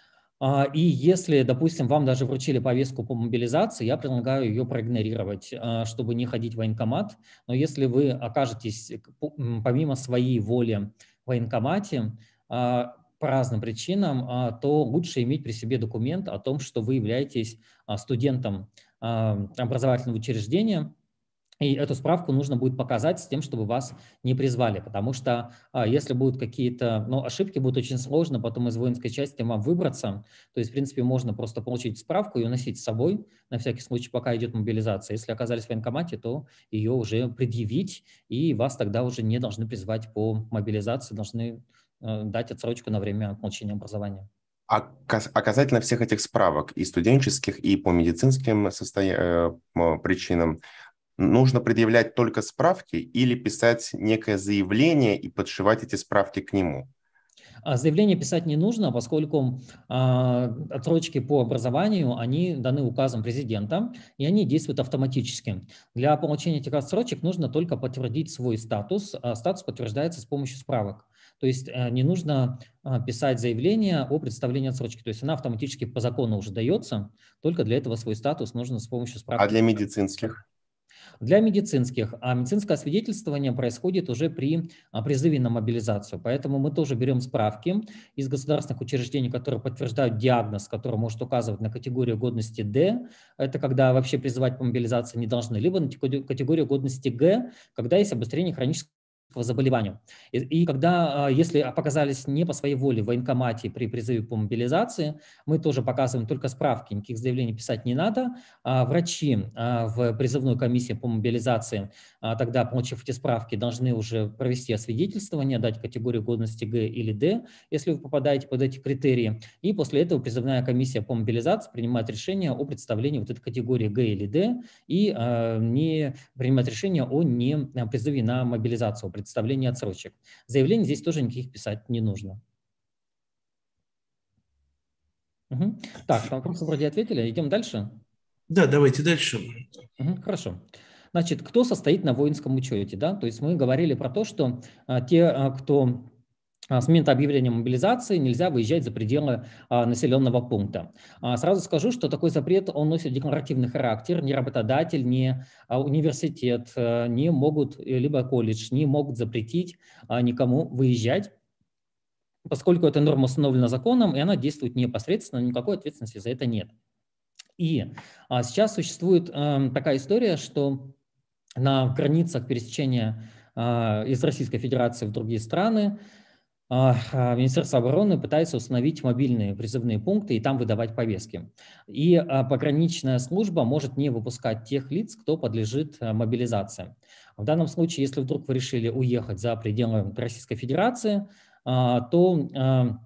А, И если, допустим, вам даже вручили повестку по мобилизации, я предлагаю ее проигнорировать, а, чтобы не ходить в военкомат. Но если вы окажетесь к- по- м, помимо своей воли в военкомате а, по разным причинам, а, то лучше иметь при себе документ о том, что вы являетесь а, студентом а, образовательного учреждения. И эту справку нужно будет показать с тем, чтобы вас не призвали, потому что а, если будут какие-то, ну, ошибки, будет очень сложно потом из воинской части вам выбраться. То есть, в принципе, можно просто получить справку и уносить с собой, на всякий случай, пока идет мобилизация. Если оказались в военкомате, то ее уже предъявить, и вас тогда уже не должны призвать по мобилизации, должны э, дать отсрочку на время получения образования. А кас- а касательно всех этих справок, и студенческих, и по медицинским состоя... э, м, причинам, нужно предъявлять только справки или писать некое заявление и подшивать эти справки к нему? А Заявление писать не нужно, поскольку а, отсрочки по образованию, они даны указом президента, и они действуют автоматически. Для получения этих отсрочек нужно только подтвердить свой статус. А статус подтверждается с помощью справок. То есть э, не нужно а, писать заявление о представлении отсрочки. То есть она автоматически по закону уже дается, только для этого свой статус нужно с помощью А справки. для медицинских? Для медицинских, а медицинское освидетельствование происходит уже при а, призыве на мобилизацию. Поэтому мы тоже берем справки из государственных учреждений, которые подтверждают диагноз, который может указывать на категорию годности Д, это когда вообще призывать по мобилизации не должны, либо на категорию годности Г, когда есть обострение хронического заболеванию. И, и когда, а, если показались не по своей воле в военкомате при призыве по мобилизации, мы тоже показываем только справки, никаких заявлений писать не надо. А врачи а, в призывной комиссии по мобилизации, а, тогда, получив эти справки, должны уже провести освидетельствование, дать категорию годности Г или Д, если вы попадаете под эти критерии. И после этого призывная комиссия по мобилизации принимает решение о представлении вот этой категории Г или Д и а, не принимает решение о не призыве на мобилизацию, о представлении отсрочек. Заявлений здесь тоже никаких писать не нужно. Угу. Так, на вопросы вроде ответили. Идем дальше. Да, давайте дальше. Угу, хорошо. Значит, кто состоит на воинском учете, да? То есть мы говорили про то, что а, те, а, кто а, с момента объявления мобилизации нельзя выезжать за пределы а, населенного пункта. А, сразу скажу, что такой запрет, он носит декларативный характер. Ни работодатель, ни а, университет а, не могут, либо колледж, не могут запретить а, никому выезжать, поскольку эта норма установлена законом, и она действует непосредственно, никакой ответственности за это нет. И а, сейчас существует а, такая история, что на границах пересечения а, из Российской Федерации в другие страны а, а, Министерство обороны пытается установить мобильные призывные пункты и там выдавать повестки. И а, пограничная служба может не выпускать тех лиц, кто подлежит а, мобилизации. В данном случае, если вдруг вы решили уехать за пределы Российской Федерации, а, то а,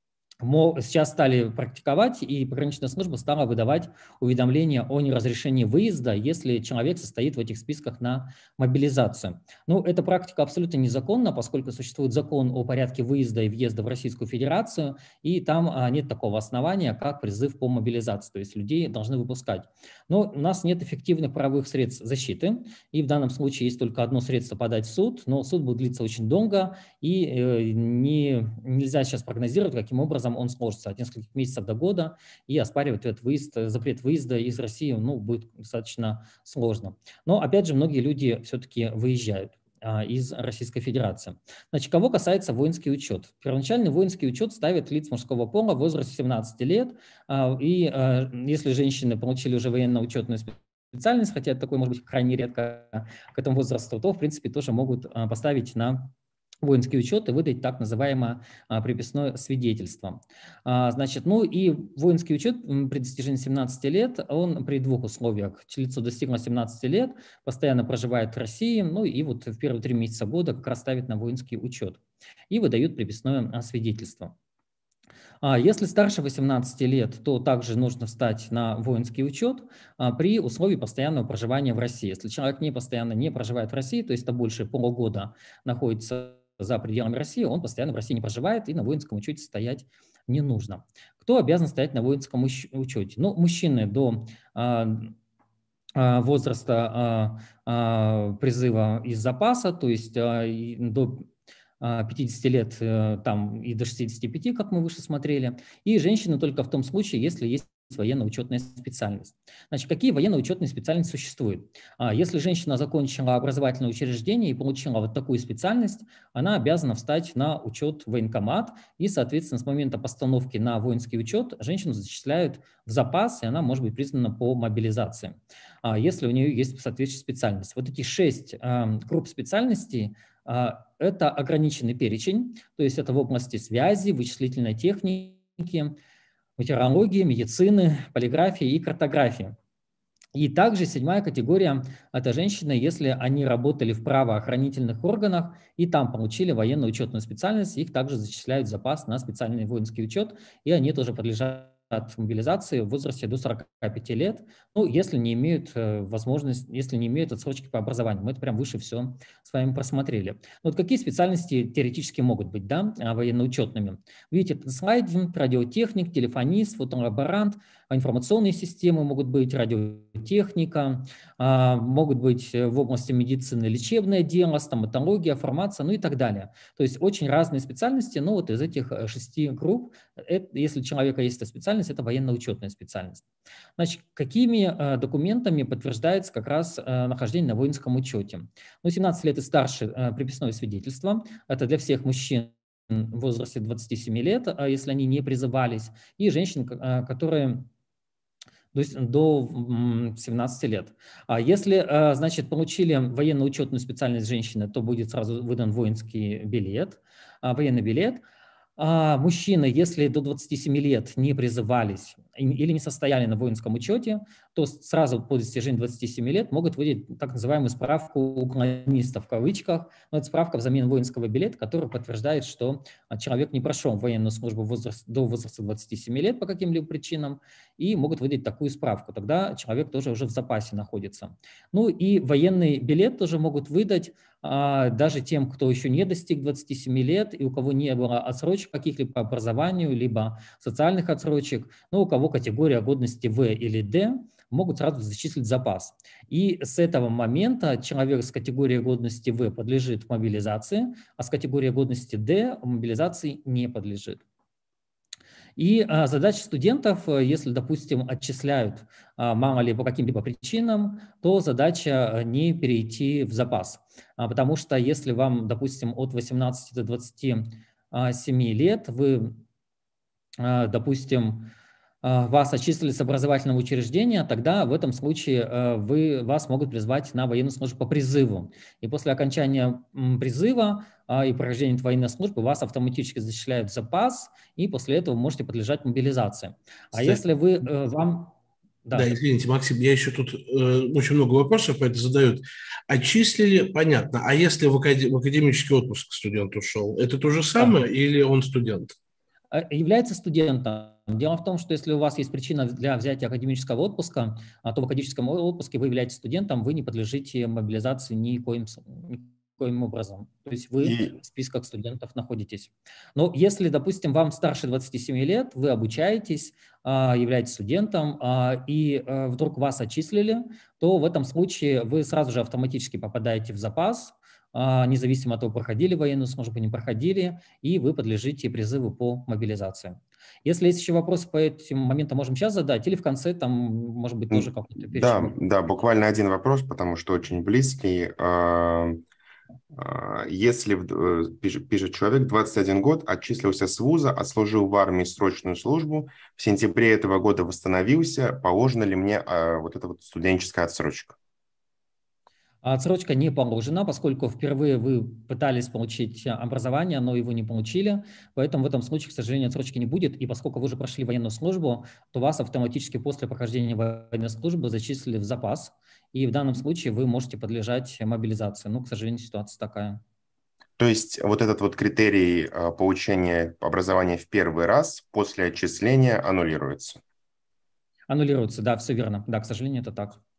сейчас стали практиковать, и пограничная служба стала выдавать уведомления о неразрешении выезда, если человек состоит в этих списках на мобилизацию. Ну, эта практика абсолютно незаконна, поскольку существует закон о порядке выезда и въезда в Российскую Федерацию, и там а, нет такого основания, как призыв по мобилизации, то есть людей должны выпускать. Но у нас нет эффективных правовых средств защиты, и в данном случае есть только одно средство подать в суд, но суд будет длиться очень долго, и э, не, нельзя сейчас прогнозировать, каким образом он сложится от нескольких месяцев до года, и оспаривать этот выезд, запрет выезда из России, ну, будет достаточно сложно. Но, опять же, многие люди все-таки выезжают а, из Российской Федерации. Значит, кого касается воинский учет? Первоначальный воинский учет ставит лиц мужского пола в возрасте семнадцати лет, а, и а, если женщины получили уже военно-учетную специальность, хотя это такое, может быть, крайне редко к этому возрасту, то, в принципе, тоже могут а, поставить на воинский учет и выдать так называемое а, приписное свидетельство. А, значит, ну и воинский учет при достижении семнадцати лет, он при двух условиях. Лицо достигло семнадцати лет, постоянно проживает в России, ну и вот в первые три месяца года как раз ставит на воинский учет и выдают приписное а, свидетельство. А если старше восемнадцати лет, то также нужно встать на воинский учет а, при условии постоянного проживания в России. Если человек не постоянно не проживает в России, то есть это больше полугода находится за пределами России, он постоянно в России не проживает и на воинском учете стоять не нужно. Кто обязан стоять на воинском учете? Ну, мужчины до возраста призыва из запаса, то есть до пятидесяти лет там, и до шестидесяти пяти, как мы выше смотрели, и женщины только в том случае, если есть военно-учетная специальность. Значит, какие военно-учетные специальности существуют? Если женщина закончила образовательное учреждение и получила вот такую специальность, она обязана встать на учет в военкомат, и, соответственно, с момента постановки на воинский учет женщину зачисляют в запас, и она может быть признана по мобилизации, если у нее есть соответствующая специальность. Вот эти шесть групп специальностей – это ограниченный перечень, то есть это в области связи, вычислительной техники, метеорологии, медицины, полиграфии и картографии. И также седьмая категория – это женщины, если они работали в правоохранительных органах и там получили военно-учетную специальность, их также зачисляют в запас на специальный воинский учет, и они тоже подлежат мобилизации в возрасте до сорока пяти лет, ну, если не имеют э, возможность, если не имеют отсрочки по образованию. Мы это прям выше все с вами просмотрели. Вот какие специальности теоретически могут быть, да, военно-учетными? Видите, это слайдинг, радиотехник, телефонист, фотолаборант, информационные системы могут быть, радиотехника, а, могут быть в области медицины лечебное дело, стоматология, фармация, ну и так далее. То есть очень разные специальности, но вот из этих шести групп, это, если у человека есть эта специальность, это военно-учетная специальность. Значит, какими э, документами подтверждается как раз э, нахождение на воинском учете? Ну, семнадцать лет и старше э, приписное свидетельство. Это для всех мужчин в возрасте двадцати семи лет, э, если они не призывались, и женщин, э, которые то есть до семнадцати лет. А если, значит, получили военно-учетную специальность женщины, то будет сразу выдан воинский билет, военный билет. А мужчины, если до двадцати семи лет не призывались или не состояли на воинском учете, то сразу по достижении двадцати семи лет могут выдать так называемую справку уклониста в кавычках. Но это справка взамен воинского билета, которая подтверждает, что человек не прошел военную службу возраст, до возраста двадцати семи лет по каким-либо причинам, и могут выдать такую справку. Тогда человек тоже уже в запасе находится. Ну и военный билет тоже могут выдать а, даже тем, кто еще не достиг двадцати семи лет и у кого не было отсрочек каких-либо по образованию, либо социальных отсрочек, но у кого категория годности В или Д, могут сразу зачислить в запас. И с этого момента человек с категорией годности В подлежит мобилизации, а с категорией годности Д мобилизации не подлежит. И а, задача студентов, если, допустим, отчисляют а, мало ли по каким-либо причинам, то задача не перейти в запас. А, потому что если вам, допустим, от восемнадцати до двадцати семи лет, вы, а, допустим, вас отчислили с образовательного учреждения, тогда в этом случае вы, вас могут призвать на военную службу по призыву. И после окончания призыва и прохождения военной службы вас автоматически зачисляют в запас, и после этого вы можете подлежать мобилизации. А Кстати, если вы, вам... Да. да, извините, Максим, я еще тут э, очень много вопросов по это задают. Отчислили, понятно. А если в, акад... в академический отпуск студент ушел, это то же самое да. или он студент? Является студентом. Дело в том, что если у вас есть причина для взятия академического отпуска, то в академическом отпуске вы являетесь студентом, вы не подлежите мобилизации никоим, никоим образом. То есть вы И... в списках студентов находитесь. Но если, допустим, вам старше двадцати семи лет, вы обучаетесь, являетесь студентом, и вдруг вас отчислили, то в этом случае вы сразу же автоматически попадаете в запас, независимо от того, проходили военную службу, не проходили, и вы подлежите призыву по мобилизации. Если есть еще вопросы по этим моментам, можем сейчас задать, или в конце там, может быть, тоже какой-то перечень. Да, да, буквально один вопрос, потому что очень близкий. Если, пишет человек, двадцать один год, отчислился с вуза, отслужил в армии срочную службу, в сентябре этого года восстановился, положена ли мне вот эта вот студенческая отсрочка? Отсрочка не положена, поскольку впервые вы пытались получить образование, но его не получили, поэтому в этом случае, к сожалению, отсрочки не будет, и поскольку вы уже прошли военную службу, то вас автоматически после прохождения военной службы зачислили в запас, и в данном случае вы можете подлежать мобилизации. Ну, к сожалению, ситуация такая. То есть вот этот вот критерий получения образования в первый раз после отчисления аннулируется? Аннулируется, да, все верно. Да, к сожалению, это так.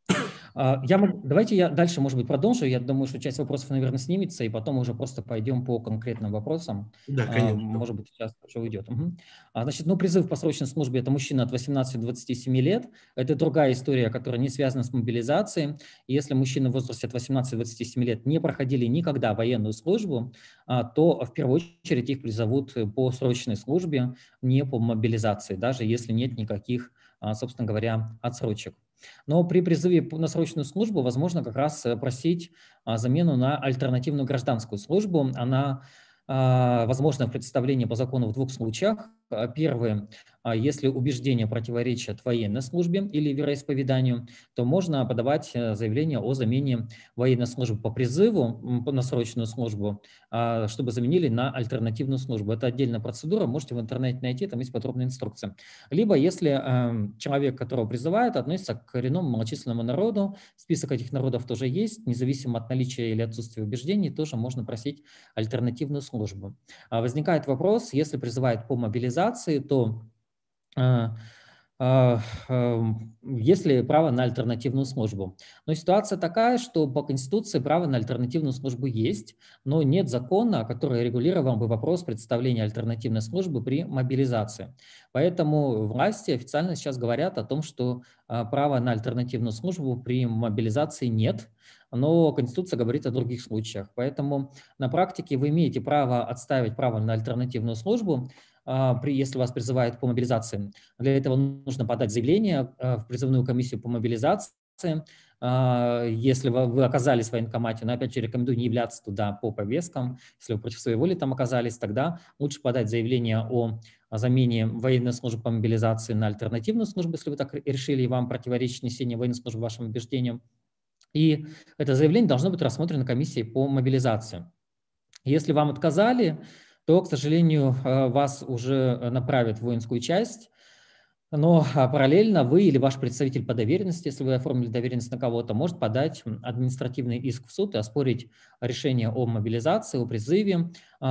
Я, давайте я дальше, может быть, продолжу. Я думаю, что часть вопросов, наверное, снимется, и потом уже просто пойдем по конкретным вопросам. Да, конечно. Может быть, сейчас уже уйдет. Угу. Значит, ну, призыв по срочной службе – это мужчина от восемнадцати до двадцати семи лет. Это другая история, которая не связана с мобилизацией. И если мужчины в возрасте от восемнадцати до двадцати семи лет не проходили никогда военную службу, то в первую очередь их призовут по срочной службе, не по мобилизации, даже если нет никаких, собственно говоря, отсрочек. Но при призыве на срочную службу возможно как раз просить замену на альтернативную гражданскую службу. Она возможно представление по закону в двух случаях. Первое, если убеждения противоречат военной службе или вероисповеданию, то можно подавать заявление о замене военной службы по призыву на срочную службу, чтобы заменили на альтернативную службу. Это отдельная процедура, можете в интернете найти, там есть подробная инструкция. Либо если человек, которого призывают, относится к коренному малочисленному народу, список этих народов тоже есть, независимо от наличия или отсутствия убеждений, тоже можно просить альтернативную службу. Возникает вопрос, если призывают по мобилизации, то э, э, э, есть ли право на альтернативную службу? Но ситуация такая, что по Конституции право на альтернативную службу есть, но нет закона, который регулировал бы вопрос представления альтернативной службы при мобилизации. Поэтому власти официально сейчас говорят о том, что э, права на альтернативную службу при мобилизации нет, но Конституция говорит о других случаях. Поэтому на практике вы имеете право отставить право на альтернативную службу, если вас призывают по мобилизации. Для этого нужно подать заявление в призывную комиссию по мобилизации. Если вы оказались в военкомате, но опять же рекомендую не являться туда по повесткам. Если вы против своей воли там оказались, тогда лучше подать заявление о замене военной службы по мобилизации на альтернативную службу, если вы так решили, и вам противоречит несение военной службы вашим убеждениям. И это заявление должно быть рассмотрено комиссией по мобилизации. Если вам отказали, то, к сожалению, вас уже направят в воинскую часть, но параллельно вы или ваш представитель по доверенности, если вы оформили доверенность на кого-то, может подать административный иск в суд и оспорить решение о мобилизации, о призыве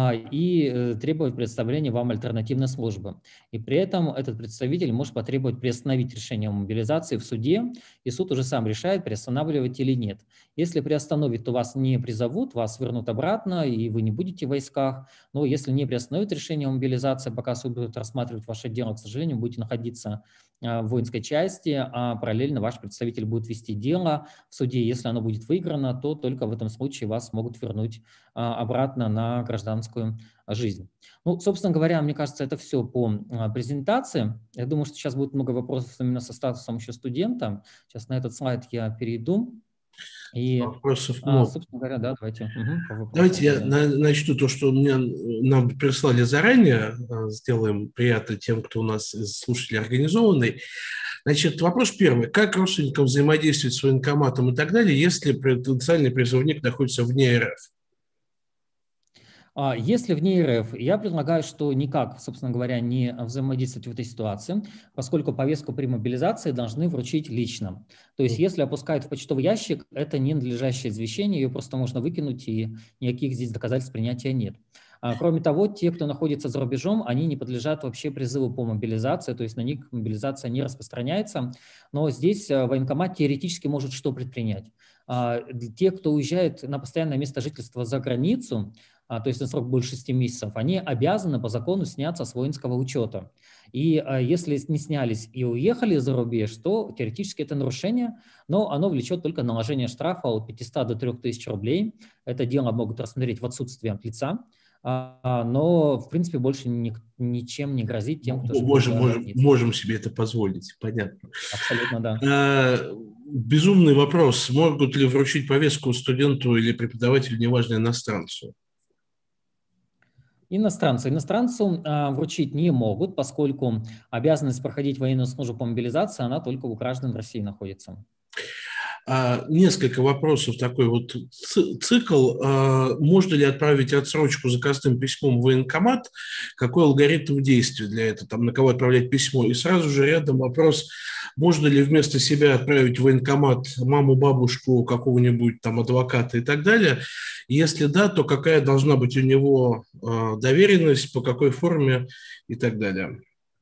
и требовать предоставления вам альтернативной службы. И при этом этот представитель может потребовать приостановить решение о мобилизации в суде, и суд уже сам решает, приостанавливать или нет. Если приостановит, то вас не призовут, вас вернут обратно, и вы не будете в войсках. Но если не приостановит решение о мобилизации, пока суд будет рассматривать ваше дело, к сожалению, будете находиться в воинской части, а параллельно ваш представитель будет вести дело в суде. Если оно будет выиграно, то только в этом случае вас могут вернуть обратно на гражданскую жизнь. Ну, собственно говоря, мне кажется, это все по презентации. Я думаю, что сейчас будет много вопросов именно со статусом еще студента. Сейчас на этот слайд я перейду. И, вопросов а, много. собственно говоря, да, давайте. Угу, давайте я на, начну то, что мне, нам прислали заранее, сделаем приятно тем, кто у нас из слушателей организованный. Значит, вопрос первый. Как родственникам взаимодействовать с военкоматом и так далее, если потенциальный призывник находится вне РФ? Если вне РФ, я предлагаю, что никак, собственно говоря, не взаимодействовать в этой ситуации, поскольку повестку при мобилизации должны вручить лично. То есть если опускают в почтовый ящик, это не надлежащее извещение, ее просто можно выкинуть, и никаких здесь доказательств принятия нет. Кроме того, те, кто находится за рубежом, они не подлежат вообще призыву по мобилизации, то есть на них мобилизация не распространяется. Но здесь военкомат теоретически может что предпринять? Те, кто уезжает на постоянное место жительства за границу, то есть на срок больше шести месяцев, они обязаны по закону сняться с воинского учета. И если не снялись и уехали за рубеж, то теоретически это нарушение, но оно влечет только наложение штрафа от пятисот до трёх тысяч рублей. Это дело могут рассмотреть в отсутствии от лица, но, в принципе, больше ни, ничем не грозит тем, кто можем, живет за можем, границей. можем себе это позволить, понятно. Абсолютно, да. Безумный вопрос. Могут ли вручить повестку студенту или преподавателю, неважно, иностранцу? Иностранцу. Иностранцу а, вручить не могут, поскольку обязанность проходить военную службу по мобилизации, она только у граждан России находится. Несколько вопросов, такой вот цикл. Можно ли отправить отсрочку заказным письмом в военкомат? Какой алгоритм действий для этого? Там, на кого отправлять письмо? И сразу же рядом вопрос, можно ли вместо себя отправить в военкомат маму, бабушку, какого-нибудь там адвоката и так далее? Если да, то какая должна быть у него доверенность, по какой форме и так далее?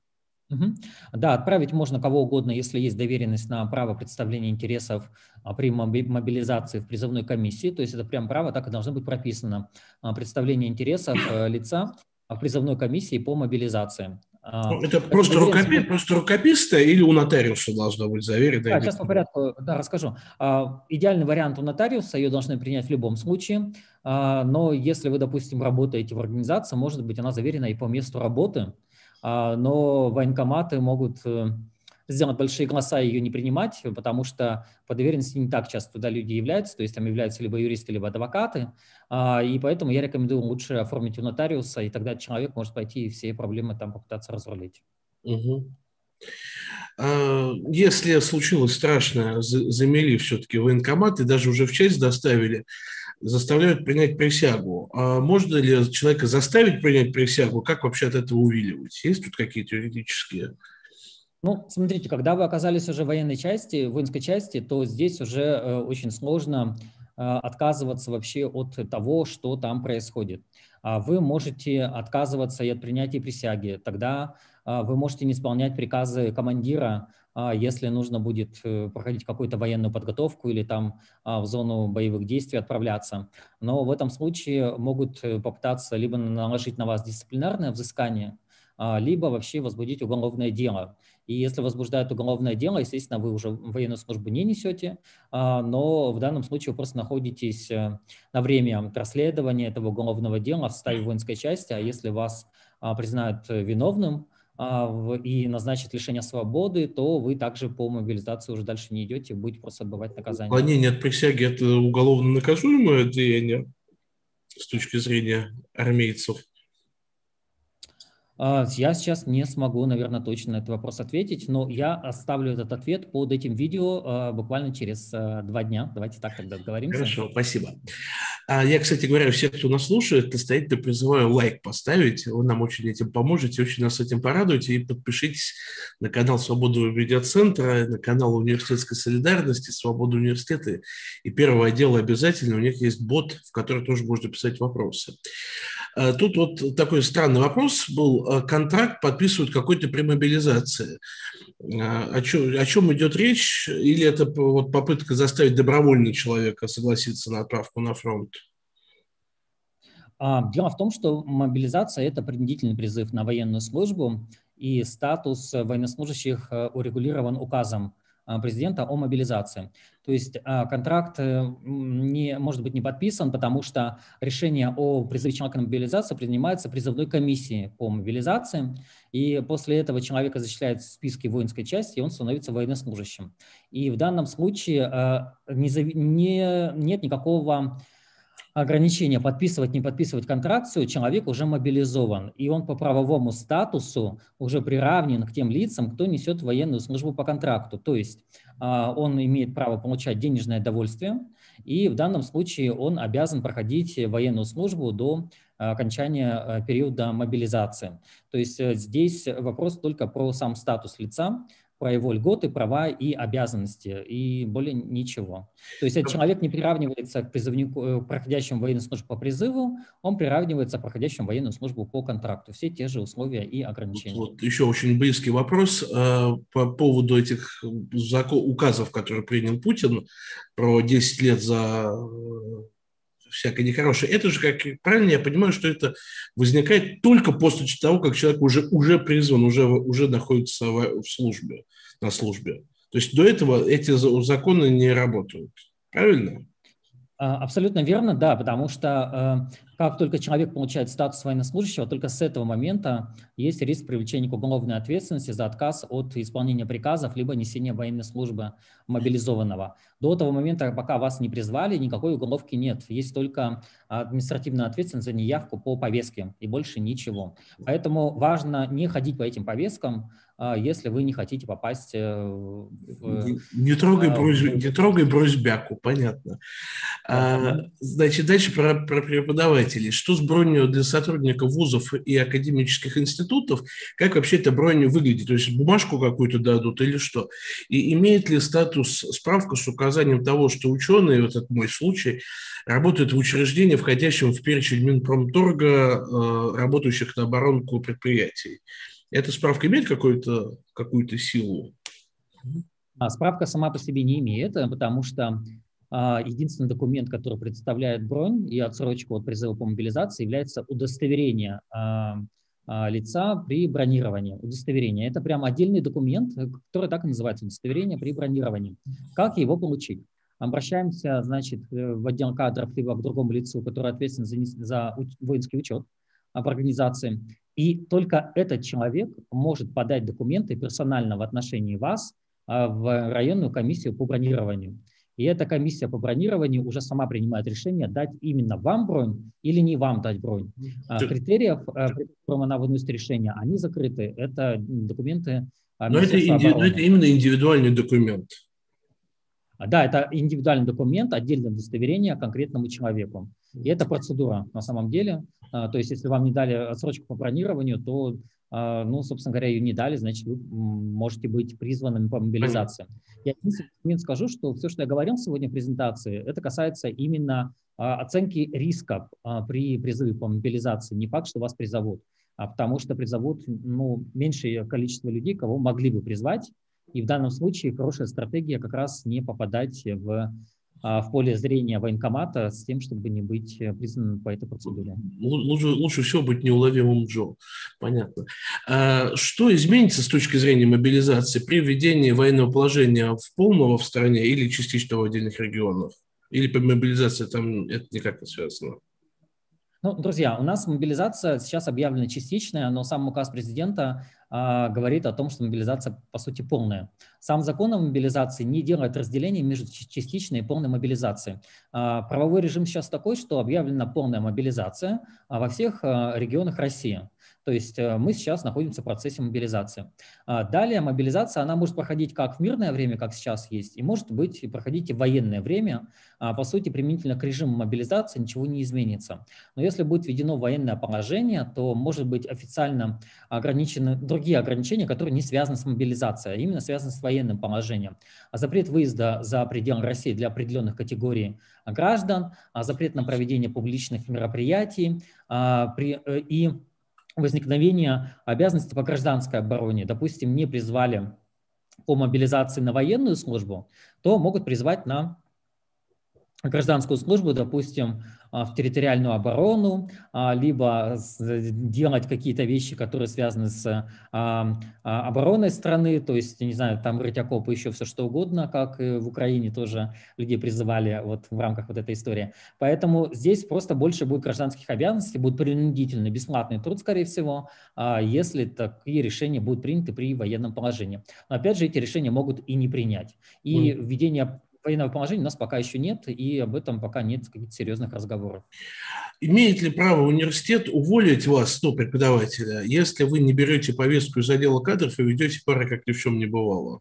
Мгм. Да, отправить можно кого угодно, если есть доверенность на право представления интересов а, при моби- мобилизации в призывной комиссии. То есть это прям право так и должно быть прописано. А, Представление интересов э, лица в призывной комиссии по мобилизации. А, Ну, это Эту просто, доверенность рукопи... можно... просто рукописное или у нотариуса должна быть заверена? Да, Или... сейчас по порядку, да, расскажу. А, Идеальный вариант у нотариуса, ее должны принять в любом случае. А, Но если вы, допустим, работаете в организации, может быть, она заверена и по месту работы, а, но военкоматы могут э, сделать большие голоса и ее не принимать, потому что по доверенности не так часто туда люди являются, то есть там являются либо юристы, либо адвокаты, А, и поэтому я рекомендую лучше оформить у нотариуса, и тогда человек может пойти и все проблемы там попытаться разрулить. Мгм. А если случилось страшное, за- замели все-таки военкоматы, даже уже в часть доставили, заставляют принять присягу. А можно ли человека заставить принять присягу? Как вообще от этого увиливать? Есть тут какие-то юридические? Ну, смотрите, когда вы оказались уже в военной части, в воинской части, то здесь уже э, очень сложно э, отказываться вообще от того, что там происходит. А Вы можете отказываться и от принятия присяги. Тогда а, вы можете не исполнять приказы командира, а, если нужно будет э, проходить какую-то военную подготовку или там а, в зону боевых действий отправляться. Но в этом случае могут э, попытаться либо наложить на вас дисциплинарное взыскание, а, либо вообще возбудить уголовное дело. И если возбуждают уголовное дело, естественно, вы уже военную службу не несете, а, но в данном случае вы просто находитесь э, на время расследования этого уголовного дела в составе воинской части, а если вас а, признают э, виновным а, в- и назначат лишение свободы, то вы также по мобилизации уже дальше не идете, будете просто отбывать наказание. Уклонение от присяги – это уголовно наказуемое деяние с точки зрения армейцев? А, Я сейчас не смогу, наверное, точно на этот вопрос ответить, но я оставлю этот ответ под этим видео а, буквально через а, два дня. Давайте так тогда договоримся. Хорошо, спасибо. А я, кстати говоря, всех, кто нас слушает, настоятельно призываю лайк поставить. Вы нам очень этим поможете, очень нас этим порадуете. И подпишитесь на канал Свободного медиацентра, на канал Университетской солидарности, Свобода университета. И первого отдела обязательно. У них есть бот, в который тоже можно писать вопросы. А Тут вот такой странный вопрос был. А Контракт подписывают какой-то при мобилизации. А О чем, о чем идет речь? Или это п- вот попытка заставить добровольно человека согласиться на отправку на фронт? А, Дело в том, что мобилизация – это принудительный призыв на военную службу, и статус э, военнослужащих э, урегулирован указом а, президента о мобилизации. То есть а, контракт э, м, не, может быть не подписан, потому что решение о призыве человека на мобилизацию принимается призывной комиссией по мобилизации, и после этого человека зачисляют в списки воинской части, и он становится военнослужащим. И в данном случае э, не, зави- не, нет никакого ограничение подписывать, не подписывать контракцию, человек уже мобилизован, и он по правовому статусу уже приравнен к тем лицам, кто несет военную службу по контракту. То есть а, он имеет право получать денежное довольствие, и в данном случае он обязан проходить военную службу до а, окончания а, периода мобилизации. То есть э, здесь вопрос только про сам статус лица, про его льготы, права и обязанности, и более ничего. То есть этот человек не приравнивается к призывнику, э, проходящему военную службу по призыву, он приравнивается к проходящему военную службу по контракту. Все те же условия и Вот, ограничения. вот еще очень близкий вопрос э, по поводу этих закон, указов, которые принял Путин про десять лет за э, всякое нехорошее. Это же, как правильно я понимаю, что это возникает только после того, как человек уже, уже призван, уже, уже находится в, в службе, на службе. То есть до этого эти за- законы не работают. Правильно? А, Абсолютно верно, да, потому что э, как только человек получает статус военнослужащего, только с этого момента есть риск привлечения к уголовной ответственности за отказ от исполнения приказов либо несения военной службы мобилизованного. До того момента, пока вас не призвали, никакой уголовки нет. Есть только административная ответственность за неявку по повестке и больше ничего. Поэтому важно не ходить по этим повесткам, а, если вы не хотите попасть э, в, Не, не трогай, э, брось, в не трогай брось бяку, понятно. да. А, значит, дальше про, про преподавателей. Что с бронью для сотрудников вузов и академических институтов? Как вообще эта бронь выглядит? То есть бумажку какую-то дадут или что? И имеет ли статус справка с указанием того, что ученые, вот это мой случай, работают в учреждении, входящем в перечень Минпромторга, э, работающих на оборонку предприятий? Эта справка имеет какую-то какую-то силу? А справка сама по себе не имеет, потому что а, единственный документ, который представляет бронь и отсрочку от призыва по мобилизации, является удостоверение а, а, лица при бронировании. Удостоверение – это прям отдельный документ, который так и называется – удостоверение при бронировании. Как его получить? Обращаемся, значит, в отдел кадров либо к другому лицу, который ответственен за, за воинский учет в организации. И только этот человек может подать документы персонально в отношении вас в районную комиссию по бронированию. И эта комиссия по бронированию уже сама принимает решение, дать именно вам бронь или не вам дать бронь. Критериев, при котором она выносит решение, они закрыты. Это документы Но это, инди... Но это именно индивидуальный документ. Да, это индивидуальный документ, отдельное удостоверение конкретному человеку. И это процедура на самом деле. То есть, если вам не дали отсрочку по бронированию, то, ну, собственно говоря, ее не дали, значит, вы можете быть призванными по мобилизации. Я единственный момент скажу, что все, что я говорил сегодня в презентации, это касается именно оценки рисков при призыве по мобилизации. Не факт, что вас призовут, а потому что призовут, ну, меньшее количество людей, кого могли бы призвать. И в данном случае хорошая стратегия как раз не попадать в, в поле зрения военкомата с тем, чтобы не быть признанным по этой процедуре. Лучше, лучше всего быть неуловимым Джо. Понятно. А что изменится с точки зрения мобилизации при введении военного положения в полного в стране или частичного в отдельных регионах? Или по мобилизации там это никак не связано? Ну, друзья, у нас мобилизация сейчас объявлена частичная, но сам указ президента а, говорит о том, что мобилизация, по сути, полная. Сам закон о мобилизации не делает разделения между частичной и полной мобилизацией. А, правовой режим сейчас такой, что объявлена полная мобилизация а, во всех а, регионах России. То есть мы сейчас находимся в процессе мобилизации. Далее мобилизация, она может проходить как в мирное время, как сейчас есть, и может быть и проходить и в военное время. По сути, применительно к режиму мобилизации ничего не изменится. Но если будет введено военное положение, то может быть официально ограничены другие ограничения, которые не связаны с мобилизацией, а именно связаны с военным положением. Запрет выезда за пределы России для определенных категорий граждан, запрет на проведение публичных мероприятий и возникновение обязанностей по гражданской обороне. Допустим, не призвали по мобилизации на военную службу, то могут призвать на гражданскую службу, допустим, в территориальную оборону, либо делать какие-то вещи, которые связаны с обороной страны, то есть, не знаю, там рыть окопы, еще все что угодно, как и в Украине тоже людей призывали вот в рамках вот этой истории. Поэтому здесь просто больше будет гражданских обязанностей, будет принудительный бесплатный труд, скорее всего, если такие решения будут приняты при военном положении. Но опять же, эти решения могут и не принять. И mm. введение военного положения у нас пока еще нет, и об этом пока нет каких-то серьезных разговоров. Имеет ли право университет уволить вас, ну, преподавателя, если вы не берете повестку из отдела кадров и ведете пары, как ни в чем не бывало?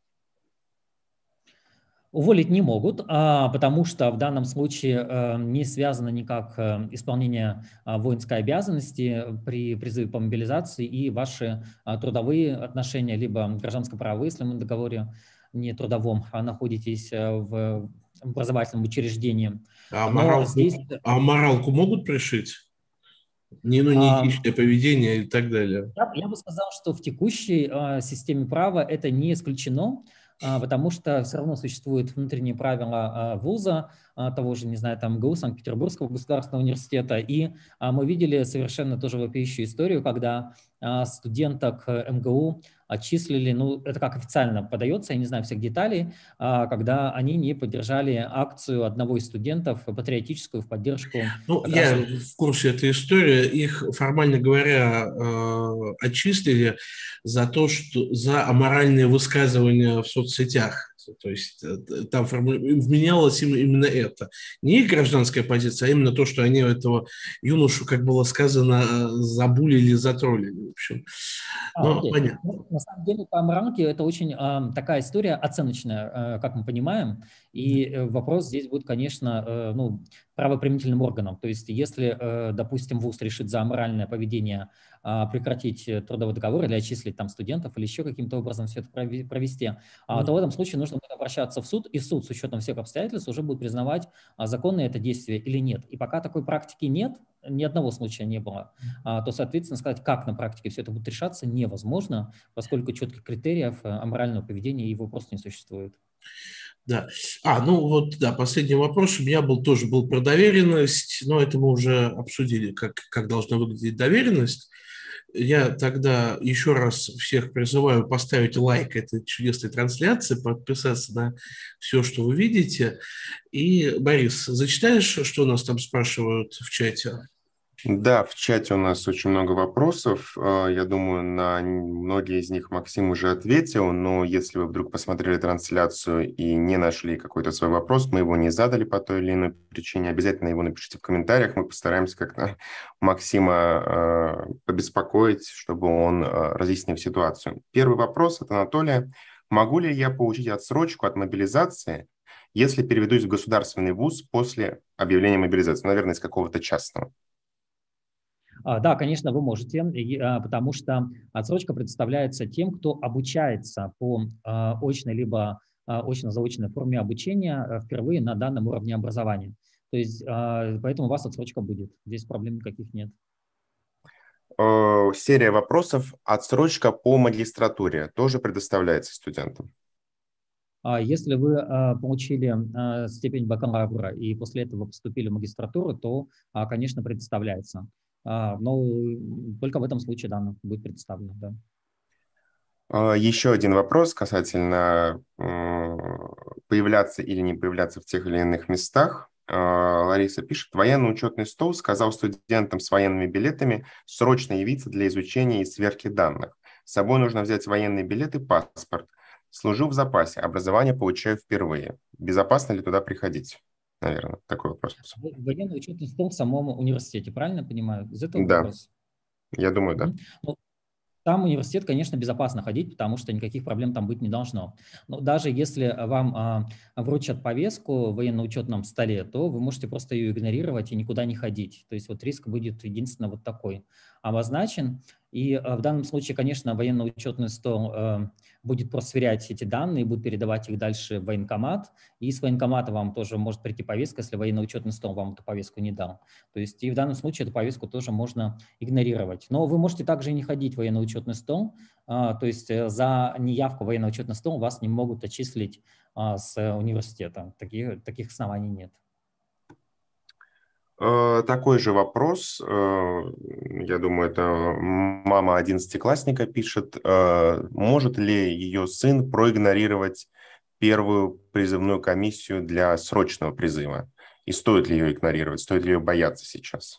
Уволить не могут, потому что в данном случае не связано никак исполнение воинской обязанности при призыве по мобилизации и ваши трудовые отношения, либо гражданско-правовые, если мы в договоре не трудовом, а находитесь в образовательном учреждении. А моралку, здесь... а моралку могут пришить? Не, ну, неэтичное а, поведение и так далее. Я, я бы сказал, что в текущей а, системе права это не исключено, а, потому что все равно существуют внутренние правила а, вуза, а, того же, не знаю, там ГУ Санкт-Петербургского государственного университета, и а, мы видели совершенно тоже вопиющую историю, когда а, студенток МГУ отчислили, ну, это как официально подается, я не знаю всех деталей, а, когда они не поддержали акцию одного из студентов, патриотическую, в поддержку. Ну, я раз... в курсе этой истории. Их, формально говоря, отчислили за то, что за аморальные высказывания в соцсетях. То есть там вменялось именно это. Не их гражданская позиция, а именно то, что они этого юношу, как было сказано, забулили, затроллили. В общем, а, ну, понятно. Ну, на самом деле, по аморалке это очень э, такая история оценочная, э, как мы понимаем. И э, вопрос здесь будет, конечно, э, ну, правоприменительным органом. То есть если, э, допустим, вуз решит за аморальное поведение э, прекратить трудовой договор или отчислить там студентов или еще каким-то образом все это провести, mm. то в этом случае нужно будет обращаться в суд, и суд с учетом всех обстоятельств уже будет признавать, законное это действие или нет. И пока такой практики нет, ни одного случая не было, то, соответственно, сказать, как на практике все это будет решаться, невозможно, поскольку четких критериев аморального поведения его просто не существует. Да. А, ну вот, да, последний вопрос у меня был тоже был про доверенность, но это мы уже обсудили, как, как должна выглядеть доверенность. Я тогда еще раз всех призываю поставить лайк этой чудесной трансляции, подписаться на все, что вы видите. И, Борис, зачитаешь, что у нас там спрашивают в чате? Да, в чате у нас очень много вопросов. Я думаю, на многие из них Максим уже ответил, но если вы вдруг посмотрели трансляцию и не нашли какой-то свой вопрос, мы его не задали по той или иной причине, обязательно его напишите в комментариях, мы постараемся как-то Максима побеспокоить, чтобы он разъяснил ситуацию. Первый вопрос от Анатолия. Могу ли я получить отсрочку от мобилизации, если переведусь в государственный вуз после объявления мобилизации, наверное, из какого-то частного? Да, конечно, вы можете, потому что отсрочка предоставляется тем, кто обучается по очной либо очно-заочной форме обучения впервые на данном уровне образования. То есть, поэтому у вас отсрочка будет. Здесь проблем никаких нет. Серия вопросов. Отсрочка по магистратуре тоже предоставляется студентам? Если вы получили степень бакалавра и после этого поступили в магистратуру, то, конечно, предоставляется. Но только в этом случае данных будет представлено, да. Еще один вопрос касательно появляться или не появляться в тех или иных местах. Лариса пишет, военно-учетный стол сказал студентам с военными билетами срочно явиться для изучения и сверки данных. С собой нужно взять военный билет и паспорт. Служу в запасе, образование получаю впервые. Безопасно ли туда приходить? Наверное, такой вопрос. Военный учетный стол в самом университете, правильно понимаю? Из этого да, вопрос? Я думаю, да. Ну, там университет, конечно, безопасно ходить, потому что никаких проблем там быть не должно. Но даже если вам а, вручат повестку в военно-учетном столе, то вы можете просто ее игнорировать и никуда не ходить. То есть вот риск будет единственно вот такой обозначен. И а, в данном случае, конечно, военно-учетный стол а, будет просто сверять эти данные, будет передавать их дальше в военкомат. И с военкомата вам тоже может прийти повестка, если военно-учетный стол вам эту повестку не дал. То есть и в данном случае эту повестку тоже можно игнорировать. Но вы можете также и не ходить в военно-учетный стол, а, то есть за неявку в военно-учетный стол вас не могут отчислить а, с университета. Таких, таких оснований нет. Такой же вопрос, я думаю, это мама одиннадцатиклассника пишет, может ли ее сын проигнорировать первую призывную комиссию для срочного призыва? И стоит ли ее игнорировать, стоит ли ее бояться сейчас?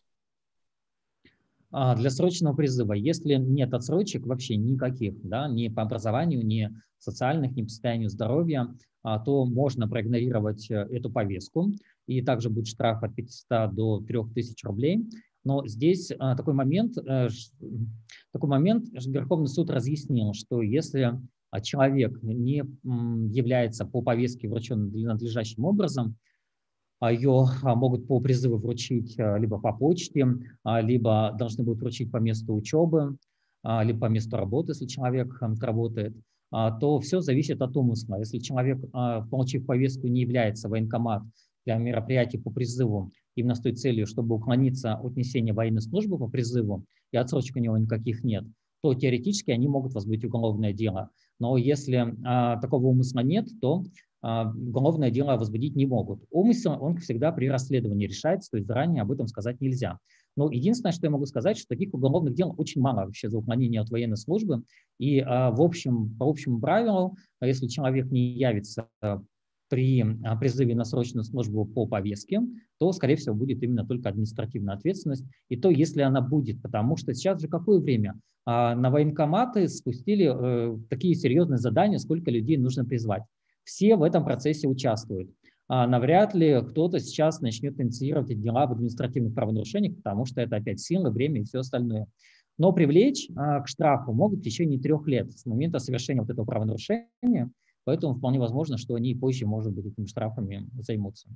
Для срочного призыва, если нет отсрочек вообще никаких, да, ни по образованию, ни социальных, ни по состоянию здоровья, то можно проигнорировать эту повестку, и также будет штраф от пятисот до трёх тысяч рублей. Но здесь такой момент, такой момент, Верховный суд разъяснил, что если человек не является по повестке врученной надлежащим образом, ее могут по призыву вручить либо по почте, либо должны будут вручить по месту учебы, либо по месту работы, если человек работает, то все зависит от умысла. Если человек, получив повестку, не является в военкомат для мероприятий по призыву именно с той целью, чтобы уклониться от несения военной службы по призыву, и отсрочек у него никаких нет, то теоретически они могут возбудить уголовное дело. Но если а, такого умысла нет, то а, уголовное дело возбудить не могут. Умысел, он всегда при расследовании решается, то есть заранее об этом сказать нельзя. Но единственное, что я могу сказать, что таких уголовных дел очень мало вообще за уклонение от военной службы. И а, в общем, по общему правилу, если человек не явится при призыве на срочную службу по повестке, то, скорее всего, будет именно только административная ответственность. И то, если она будет, потому что сейчас же какое время? На военкоматы спустили э, такие серьезные задания, сколько людей нужно призвать. Все в этом процессе участвуют. А навряд ли кто-то сейчас начнет инициировать эти дела об административных правонарушениях, потому что это опять силы, время и все остальное. Но привлечь а, к штрафу могут в течение трех лет с момента совершения вот этого правонарушения. Поэтому вполне возможно, что они позже, может быть, этими штрафами займутся.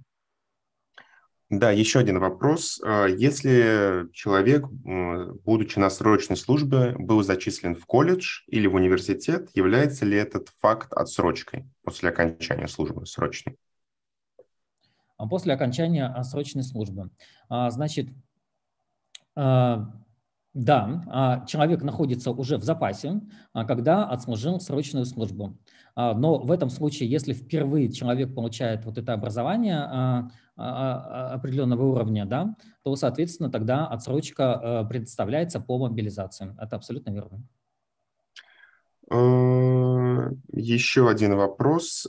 Да, еще один вопрос. Если человек, будучи на срочной службе, был зачислен в колледж или в университет, является ли этот факт отсрочкой после окончания службы срочной? После окончания срочной службы. Значит, Да, человек находится уже в запасе, когда отслужил срочную службу. Но в этом случае, если впервые человек получает вот это образование определенного уровня, да, то, соответственно, тогда отсрочка предоставляется по мобилизации. Это абсолютно верно. Еще один вопрос.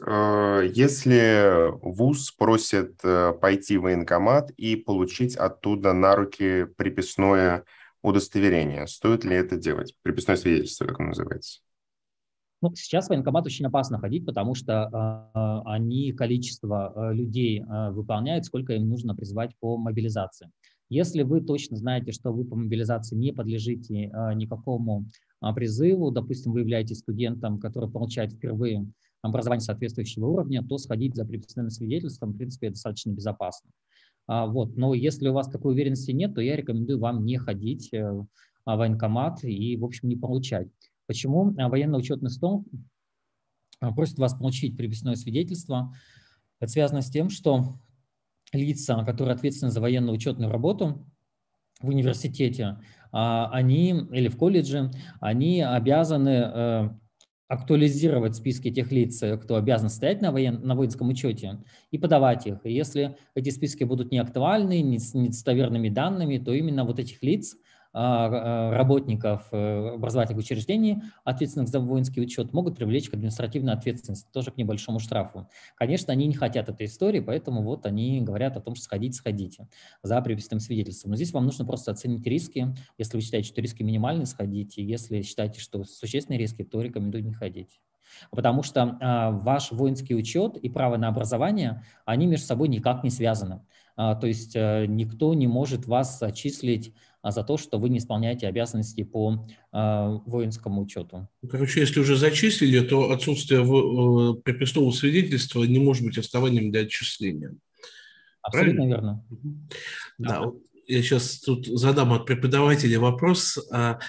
Если вуз просит пойти в военкомат и получить оттуда на руки приписное удостоверение, стоит ли это делать? Приписное свидетельство, как оно называется? Ну, сейчас в военкомат очень опасно ходить, потому что э, они количество э, людей э, выполняют, сколько им нужно призвать по мобилизации. Если вы точно знаете, что вы по мобилизации не подлежите э, никакому э, призыву, допустим, вы являетесь студентом, который получает впервые образование соответствующего уровня, то сходить за приписным свидетельством, в принципе, достаточно безопасно. А, вот. Но если у вас такой уверенности нет, то я рекомендую вам не ходить э, в военкомат и, в общем, не получать. Почему военно-учетный стол просит вас получить приписное свидетельство? Это связано с тем, что лица, которые ответственны за военно-учетную работу в университете, они или в колледже, они обязаны актуализировать списки тех лиц, кто обязан стоять на, воен... на воинском учете, и подавать их. И если эти списки будут неактуальны, не с недостоверными данными, то именно вот этих лиц, работников образовательных учреждений, ответственных за воинский учет, могут привлечь к административной ответственности, тоже к небольшому штрафу. Конечно, они не хотят этой истории, поэтому вот они говорят о том, что сходите, сходите за приписным свидетельством. Но здесь вам нужно просто оценить риски. Если вы считаете, что риски минимальные, сходите. Если считаете, что существенные риски, то рекомендую не ходить. Потому что а, ваш воинский учет и право на образование, они между собой никак не связаны. А, то есть а, никто не может вас отчислить а, за то, что вы не исполняете обязанности по а, воинскому учету. Короче, если уже зачислили, то отсутствие в, э, приписного свидетельства не может быть основанием для отчисления. Абсолютно Правильно? верно. Да, да. Вот я сейчас тут задам от преподавателя вопрос.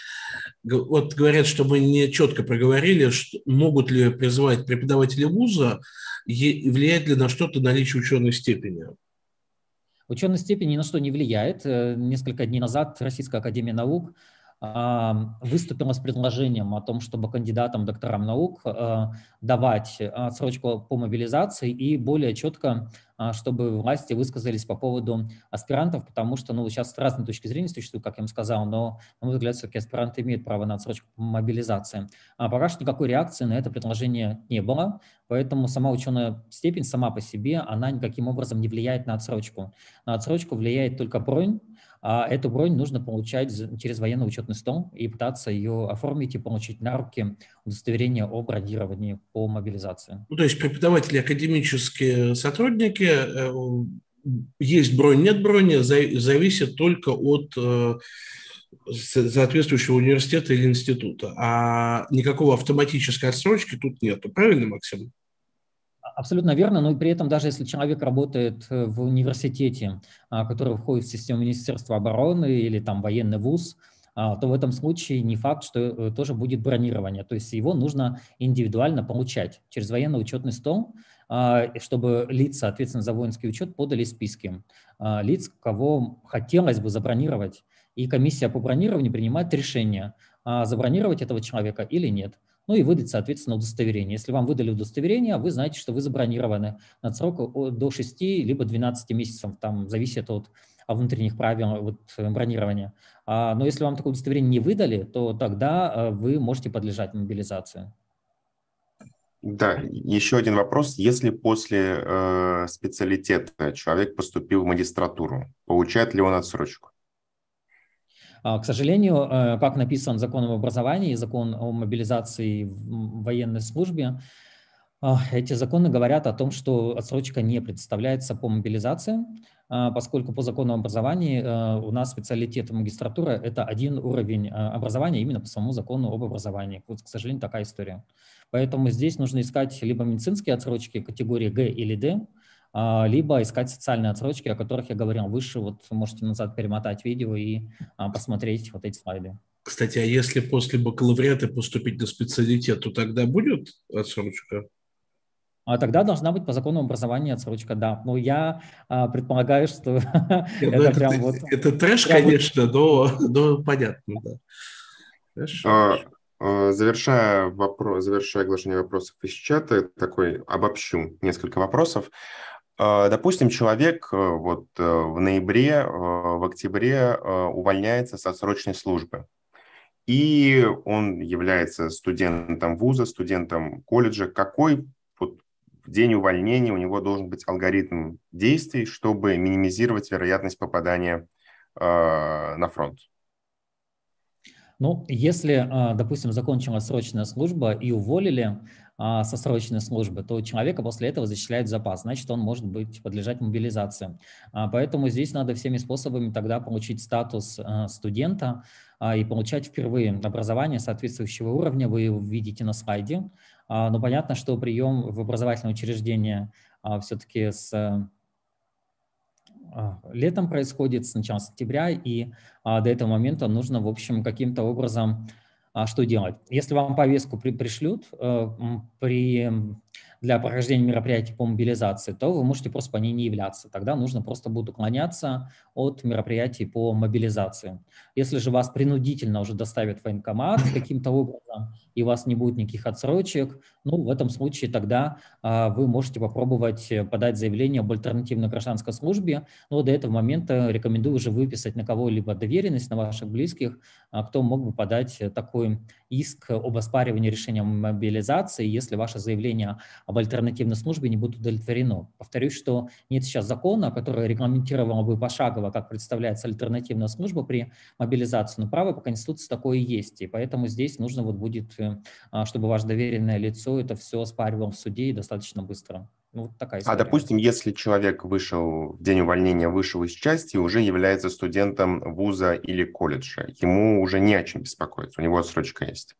Вот говорят, что мы не четко проговорили, что могут ли призывать преподаватели вуза, и влияет ли на что-то наличие ученой степени? Ученая степень ни на что не влияет. Несколько дней назад Российская академия наук выступила с предложением о том, чтобы кандидатам, докторам наук давать отсрочку по мобилизации и более четко, чтобы власти высказались по поводу аспирантов, потому что ну, сейчас с разной точки зрения существует, как я вам сказал, но, на мой взгляд, все-таки аспиранты имеют право на отсрочку по мобилизации. А пока что никакой реакции на это предложение не было, поэтому сама ученая степень сама по себе, она никаким образом не влияет на отсрочку. На отсрочку влияет только бронь, а эту бронь нужно получать через военно-учетный стол и пытаться ее оформить и получить на руки удостоверение о бронировании по мобилизации. Ну, то есть преподаватели, академические сотрудники, есть бронь, нет брони, зависит только от соответствующего университета или института, а никакого автоматической отсрочки тут нету. Правильно, Максим? Абсолютно верно, но и при этом даже если человек работает в университете, который входит в систему Министерства обороны или там военный вуз, то в этом случае не факт, что тоже будет бронирование. То есть его нужно индивидуально получать через военно-учетный стол, чтобы лица, ответственные за воинский учет, подали списки лиц, кого хотелось бы забронировать. И комиссия по бронированию принимает решение, забронировать этого человека или нет. Ну и выдать, соответственно, удостоверение. Если вам выдали удостоверение, вы знаете, что вы забронированы на срок до шести либо двенадцати месяцев, там зависит от внутренних правил вот, бронирования. А, но если вам такое удостоверение не выдали, то тогда вы можете подлежать мобилизации. Да, еще один вопрос. Если после э, специалитета человек поступил в магистратуру, получает ли он отсрочку? К сожалению, как написан закон об образовании и закон о мобилизации в военной службе, эти законы говорят о том, что отсрочка не предоставляется по мобилизации, поскольку по закону об образовании у нас специалитет магистратура – это один уровень образования именно по самому закону об образовании. Вот, к сожалению, такая история. Поэтому здесь нужно искать либо медицинские отсрочки категории Г или Д, либо искать социальные отсрочки, о которых я говорил выше. Вот можете назад перемотать видео и а, посмотреть вот эти слайды. Кстати, а если после бакалавриата поступить на специалитет, то тогда будет отсрочка? тогда должна быть по закону образования отсрочка, да. Но я а, предполагаю, что Нет, ну это это, прям вот... это трэш, прям вот- конечно, но, но понятно, да. Хорошо. А, а, Завершая вопрос, завершая оглашение вопросов из чата, такой обобщу несколько вопросов. А, Допустим, человек э, вот э, в ноябре, э, в октябре э, увольняется со срочной службы, и он является студентом вуза, студентом колледжа. Какой вот в день увольнения у него должен быть алгоритм действий, чтобы минимизировать вероятность попадания э, на фронт? Ну, если, а, допустим, закончилась срочная служба и уволили а, со срочной службы, то человека после этого зачисляют в запас, значит, он может быть подлежать мобилизации. А, Поэтому здесь надо всеми способами тогда получить статус а, студента а, и получать впервые образование соответствующего уровня. Вы его видите на слайде. А, Но понятно, что прием в образовательное учреждение все-таки с а, летом происходит, с начала сентября, и а, до этого момента нужно, в общем, каким-то образом а, что делать. Если вам повестку при, пришлют э, м, при, для прохождения мероприятий по мобилизации, то вы можете просто по ней не являться. Тогда нужно просто будет уклоняться от мероприятий по мобилизации. Если же вас принудительно уже доставят в военкомат каким-то образом, и у вас не будет никаких отсрочек, ну, в этом случае тогда а, вы можете попробовать подать заявление об альтернативной гражданской службе, но до этого момента рекомендую уже выписать на кого-либо доверенность, на ваших близких, а, кто мог бы подать такой иск об оспаривании решения о мобилизации, если ваше заявление об альтернативной службе не будет удовлетворено. Повторюсь, что нет сейчас закона, который регламентировал бы пошагово, как представляется альтернативная служба при мобилизации, но право по Конституции такое и есть, и поэтому здесь нужно вот будет, а, чтобы ваше доверенное лицо это все оспаривало в суде и достаточно быстро. Ну, вот такая А история. допустим, если человек вышел в день увольнения, вышел из части и уже является студентом вуза или колледжа, ему уже не о чем беспокоиться, у него отсрочка есть.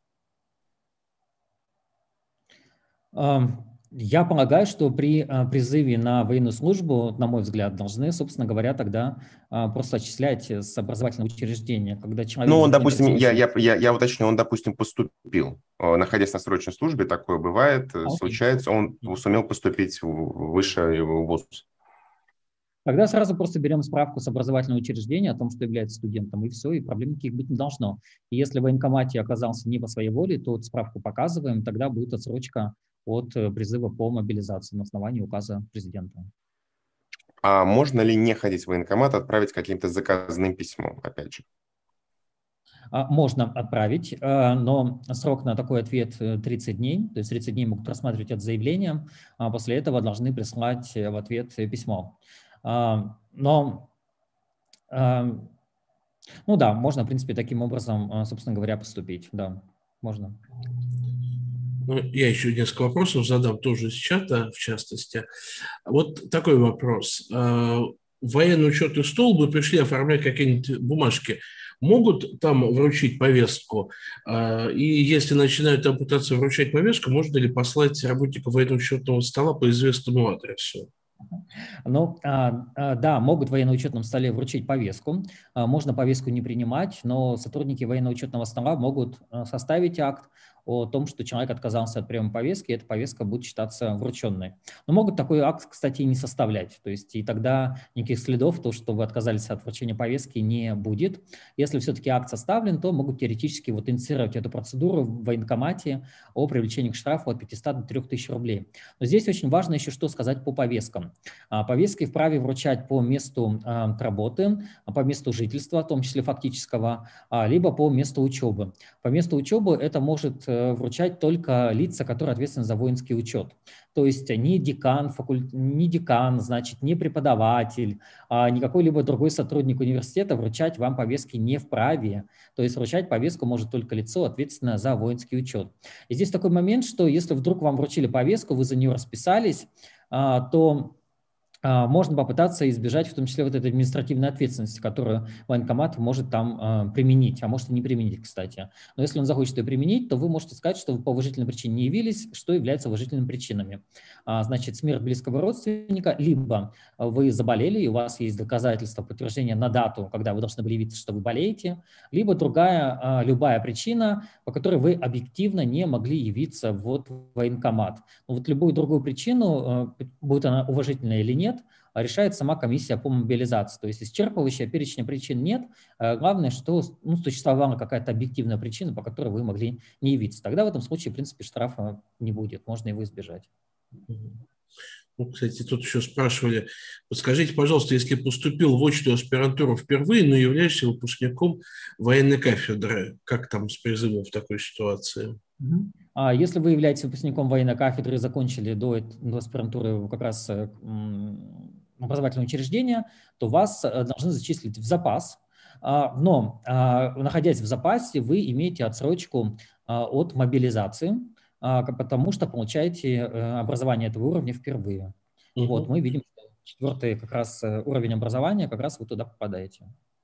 Я полагаю, что при а, призыве на военную службу, на мой взгляд, должны, собственно говоря, тогда а, просто отчислять с образовательного учреждения, когда человек Ну, он, закончил допустим, я, срочную я, я, я уточню, он, допустим, поступил, э, находясь на срочной службе, такое бывает, э, А, окей. случается, он сумел поступить в высший вуз. Тогда сразу просто берем справку с образовательного учреждения о том, что является студентом, и все, и проблем никаких быть не должно. И если в военкомате оказался не по своей воле, то вот справку показываем, тогда будет отсрочка от э, призыва по мобилизации на основании указа президента. А можно ли не ходить в военкомат, отправить каким-то заказным письмом, опять же? Можно отправить, но срок на такой ответ тридцать дней, то есть тридцать дней могут рассматривать это заявление, а после этого должны прислать в ответ письмо. Но, ну да, можно, в принципе, таким образом, собственно говоря, поступить, да, можно. Ну, я еще несколько вопросов задам тоже из чата, в частности. Вот такой вопрос. В военный учетный стол вы пришли оформлять какие-нибудь бумажки. Могут там вручить повестку? И если начинают там пытаться вручать повестку, можно ли послать работника военного учетного стола по известному адресу? Ну, да, могут в военно-учетном столе вручить повестку. Можно повестку не принимать, но сотрудники военно-учетного стола могут составить акт о том, что человек отказался от приема повестки, и эта повестка будет считаться врученной. Но могут такой акт, кстати, и не составлять. То есть и тогда никаких следов, то, что вы отказались от вручения повестки, не будет. Если все-таки акт составлен, то могут теоретически вот инициировать эту процедуру в военкомате о привлечении к штрафу от пятисот до трёх тысяч рублей. Но здесь очень важно еще что сказать по повесткам. Повестки вправе вручать по месту работы, по месту жительства, в том числе фактического, либо по месту учебы. По месту учебы это может вручать только лица, которые ответственны за воинский учет. То есть не декан, факульт... не декан, значит, не преподаватель, а не какой-либо другой сотрудник университета вручать вам повестки не вправе. То есть вручать повестку может только лицо, ответственное за воинский учет. И здесь такой момент, что если вдруг вам вручили повестку, вы за нее расписались, то можно попытаться избежать в том числе вот этой административной ответственности, которую военкомат может там э, применить, а может и не применить, кстати. Но если он захочет ее применить, то вы можете сказать, что вы по уважительной причине не явились, что является уважительными причинами. А, значит, смерть близкого родственника, либо вы заболели, и у вас есть доказательства, подтверждения на дату, когда вы должны были явиться, что вы болеете, либо другая, а, любая причина, по которой вы объективно не могли явиться вот в военкомат. Но вот любую другую причину, будет она уважительная или нет, решает сама комиссия по мобилизации. То есть исчерпывающего перечня причин нет. Главное, что ну, существовала какая-то объективная причина, по которой вы могли не явиться. Тогда в этом случае, в принципе, штрафа не будет, можно его избежать. Ну, кстати, тут еще спрашивали, подскажите, пожалуйста, если поступил в очную аспирантуру впервые, но являешься выпускником военной кафедры, как там с призывом в такой ситуации? Если вы являетесь выпускником военной кафедры и закончили до, до аспирантуры как раз образовательное учреждение, то вас должны зачислить в запас. Но, находясь в запасе, вы имеете отсрочку от мобилизации, потому что получаете образование этого уровня впервые. Угу. Вот, мы видим, что четвертый как раз уровень образования, как раз вы туда попадаете.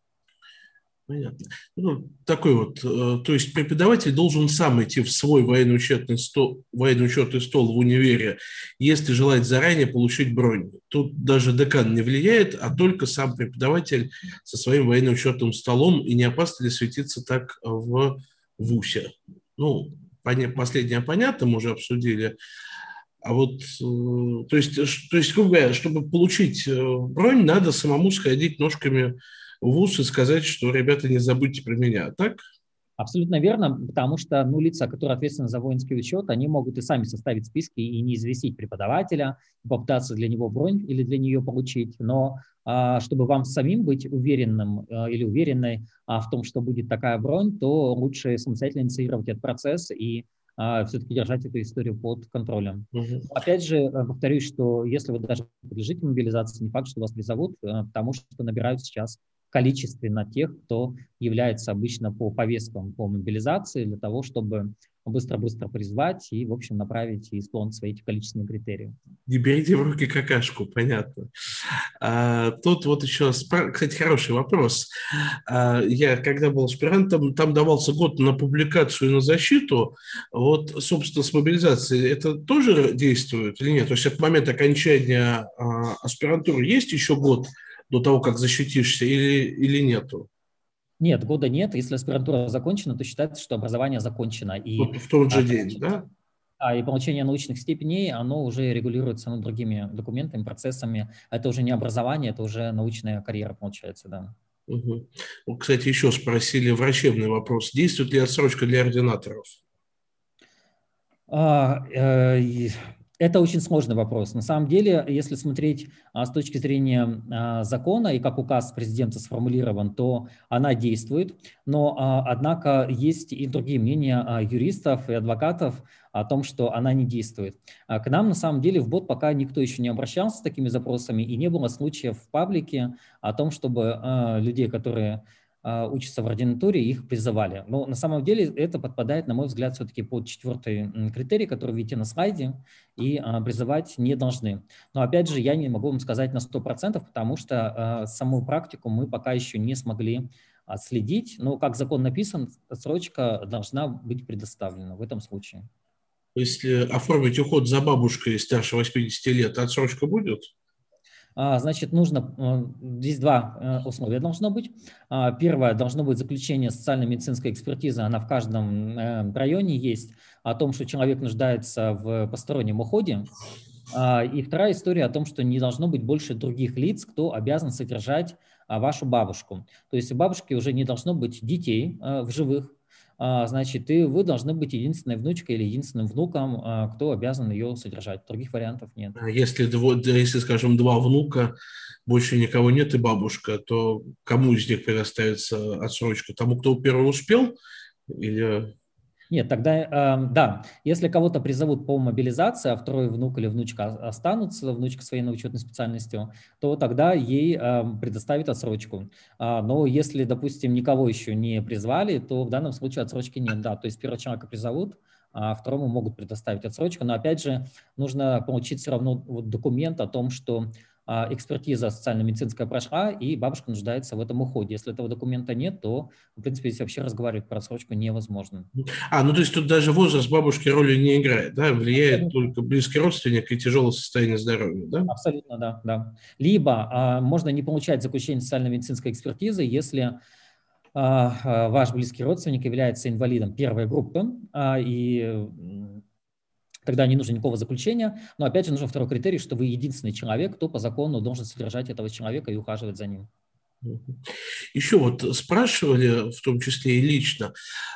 Понятно. Ну, такой вот, то есть преподаватель должен сам идти в свой военно-учетный стол, военно-учетный стол в универе, если желает заранее получить бронь. Тут даже декан не влияет, а только сам преподаватель со своим военно-учетным столом, и не опасно ли светиться так в ВУСе. Ну, последнее понятно, мы уже обсудили. А вот, то есть, то есть, грубо говоря, чтобы получить бронь, надо самому сходить ножками в ВУЗ и сказать, что, ребята, не забудьте про меня, так? Абсолютно верно, потому что ну, лица, которые ответственны за воинский учет, они могут и сами составить списки и не известить преподавателя, попытаться для него бронь или для нее получить, но а, чтобы вам самим быть уверенным а, или уверенной а, в том, что будет такая бронь, то лучше самостоятельно инициировать этот процесс и а, все-таки держать эту историю под контролем. Угу. Опять же, повторюсь, что если вы даже подлежите мобилизации, не факт, что вас призовут, потому что набирают сейчас количественно тех, кто является обычно по повесткам по мобилизации для того, чтобы быстро-быстро призвать и, в общем, направить и исполнить свои эти количественные критерии. Не берите в руки какашку, понятно. А, тут вот еще, кстати, хороший вопрос. А, я, когда был аспирантом, там давался год на публикацию и на защиту. Вот, собственно, с мобилизацией это тоже действует или нет? То есть от момента окончания а, аспирантуры есть еще год до того, как защитишься, или, или нету? Нет, года нет. Если аспирантура закончена, то считается, что образование закончено. И, вот в тот же а, день, да? А, и получение научных степеней, оно уже регулируется ну, другими документами, процессами. Это уже не образование, это уже научная карьера, получается, да. Угу. Вот, кстати, еще спросили врачебный вопрос. Действует ли отсрочка для ординаторов? А, э, Это очень сложный вопрос. На самом деле, если смотреть а, с точки зрения а, закона и как указ президента сформулирован, то она действует. Но, а, однако, есть и другие мнения а, юристов и адвокатов о том, что она не действует. А, к нам, на самом деле, в бот пока никто еще не обращался с такими запросами, и не было случаев в паблике о том, чтобы а, людей, которые учатся в ординатуре, их призывали. Но на самом деле это подпадает, на мой взгляд, все-таки под четвертый критерий, который видите на слайде, и а, призывать не должны. Но опять же, я не могу вам сказать на сто процентов, потому что а, саму практику мы пока еще не смогли отследить. Но как закон написан, отсрочка должна быть предоставлена в этом случае. Если оформить уход за бабушкой старше восьмидесяти лет, отсрочка будет? Значит, нужно, здесь два условия должно быть. Первое, должно быть заключение социально-медицинской экспертизы, она в каждом районе есть, о том, что человек нуждается в постороннем уходе. И вторая история о том, что не должно быть больше других лиц, кто обязан содержать вашу бабушку. То есть у бабушки уже не должно быть детей в живых, значит, и вы должны быть единственной внучкой или единственным внуком, кто обязан ее содержать. Других вариантов нет. А если, если, скажем, два внука, больше никого нет и бабушка, то кому из них предоставится отсрочка? Тому, кто первый успел? Или... Нет, тогда, э, да, если кого-то призовут по мобилизации, а второй внук или внучка останутся, внучка с военно-учетной специальностью, то тогда ей э, предоставят отсрочку. А, но если, допустим, никого еще не призвали, то в данном случае отсрочки нет, да, то есть первого человека призовут, а второму могут предоставить отсрочку, но опять же нужно получить все равно вот документ о том, что экспертиза социально-медицинская прошла, и бабушка нуждается в этом уходе. Если этого документа нет, то, в принципе, здесь вообще разговаривать про отсрочку невозможно. А, ну то есть тут даже возраст бабушки роли не играет, да? Влияет Абсолютно. только близкий родственник и тяжелое состояние здоровья, да? Абсолютно, да, да. Либо а, можно не получать заключение социально-медицинской экспертизы, если а, а, ваш близкий родственник является инвалидом первой группы, а, и м, тогда не нужно никакого заключения. Но опять же нужен второй критерий, что вы единственный человек, кто по закону должен содержать этого человека и ухаживать за ним. Еще вот спрашивали, в том числе и лично,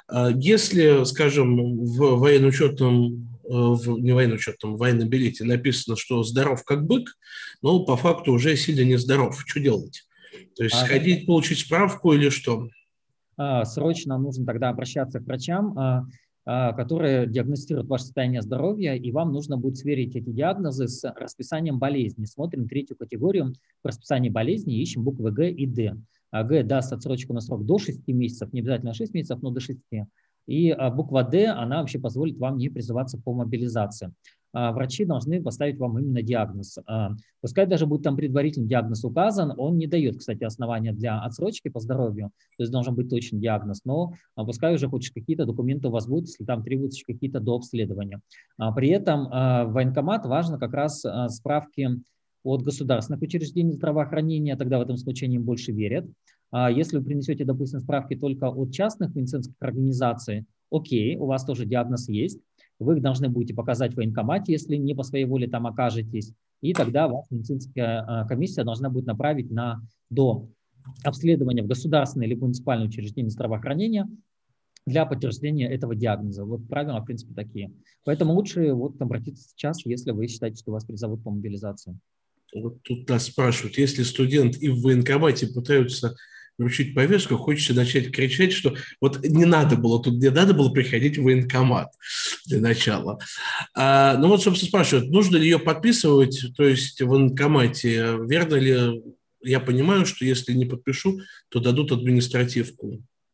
если, скажем, в военно-учетном, в, не военно-учетном, в военном билете написано, что здоров как бык, но по факту уже сильно не здоров, что делать? То есть А, сходить, получить справку или что? а, срочно нужно тогда обращаться к врачам, а, а, которые диагностируют ваше состояние здоровья, и вам нужно будет сверить эти диагнозы с расписанием болезни. Смотрим третью категорию в расписании болезни, ищем буквы Г и Д. А Г даст отсрочку на срок до шести месяцев, не обязательно шесть месяцев, но до шести. И а, буква Д, она вообще позволит вам не призываться по мобилизации. А, врачи должны поставить вам именно диагноз. А, пускай даже будет там предварительный диагноз указан, он не дает, кстати, основания для отсрочки по здоровью, то есть должен быть точный диагноз, но а, пускай уже хоть какие-то документы у вас будут, если там требуются какие-то дообследования. А, при этом а, в военкомат важно как раз а, справки от государственных учреждений здравоохранения, тогда в этом случае им больше верят. А если вы принесете, допустим, справки только от частных медицинских организаций, окей, у вас тоже диагноз есть, вы их должны будете показать в военкомате, если не по своей воле там окажетесь, и тогда ваша медицинская комиссия должна будет направить на до обследования в государственное или муниципальное учреждение здравоохранения для подтверждения этого диагноза. Вот правила, в принципе, такие. Поэтому лучше вот обратиться сейчас, если вы считаете, что вас призовут по мобилизации. Вот тут нас спрашивают, если студент и в военкомате пытаются вручить повестку, хочется начать кричать, что вот не надо было тут, где надо было приходить в военкомат для начала. А, ну вот, собственно, спрашивают, нужно ли ее подписывать, то есть в военкомате, верно ли, я понимаю, что если не подпишу, то дадут административку.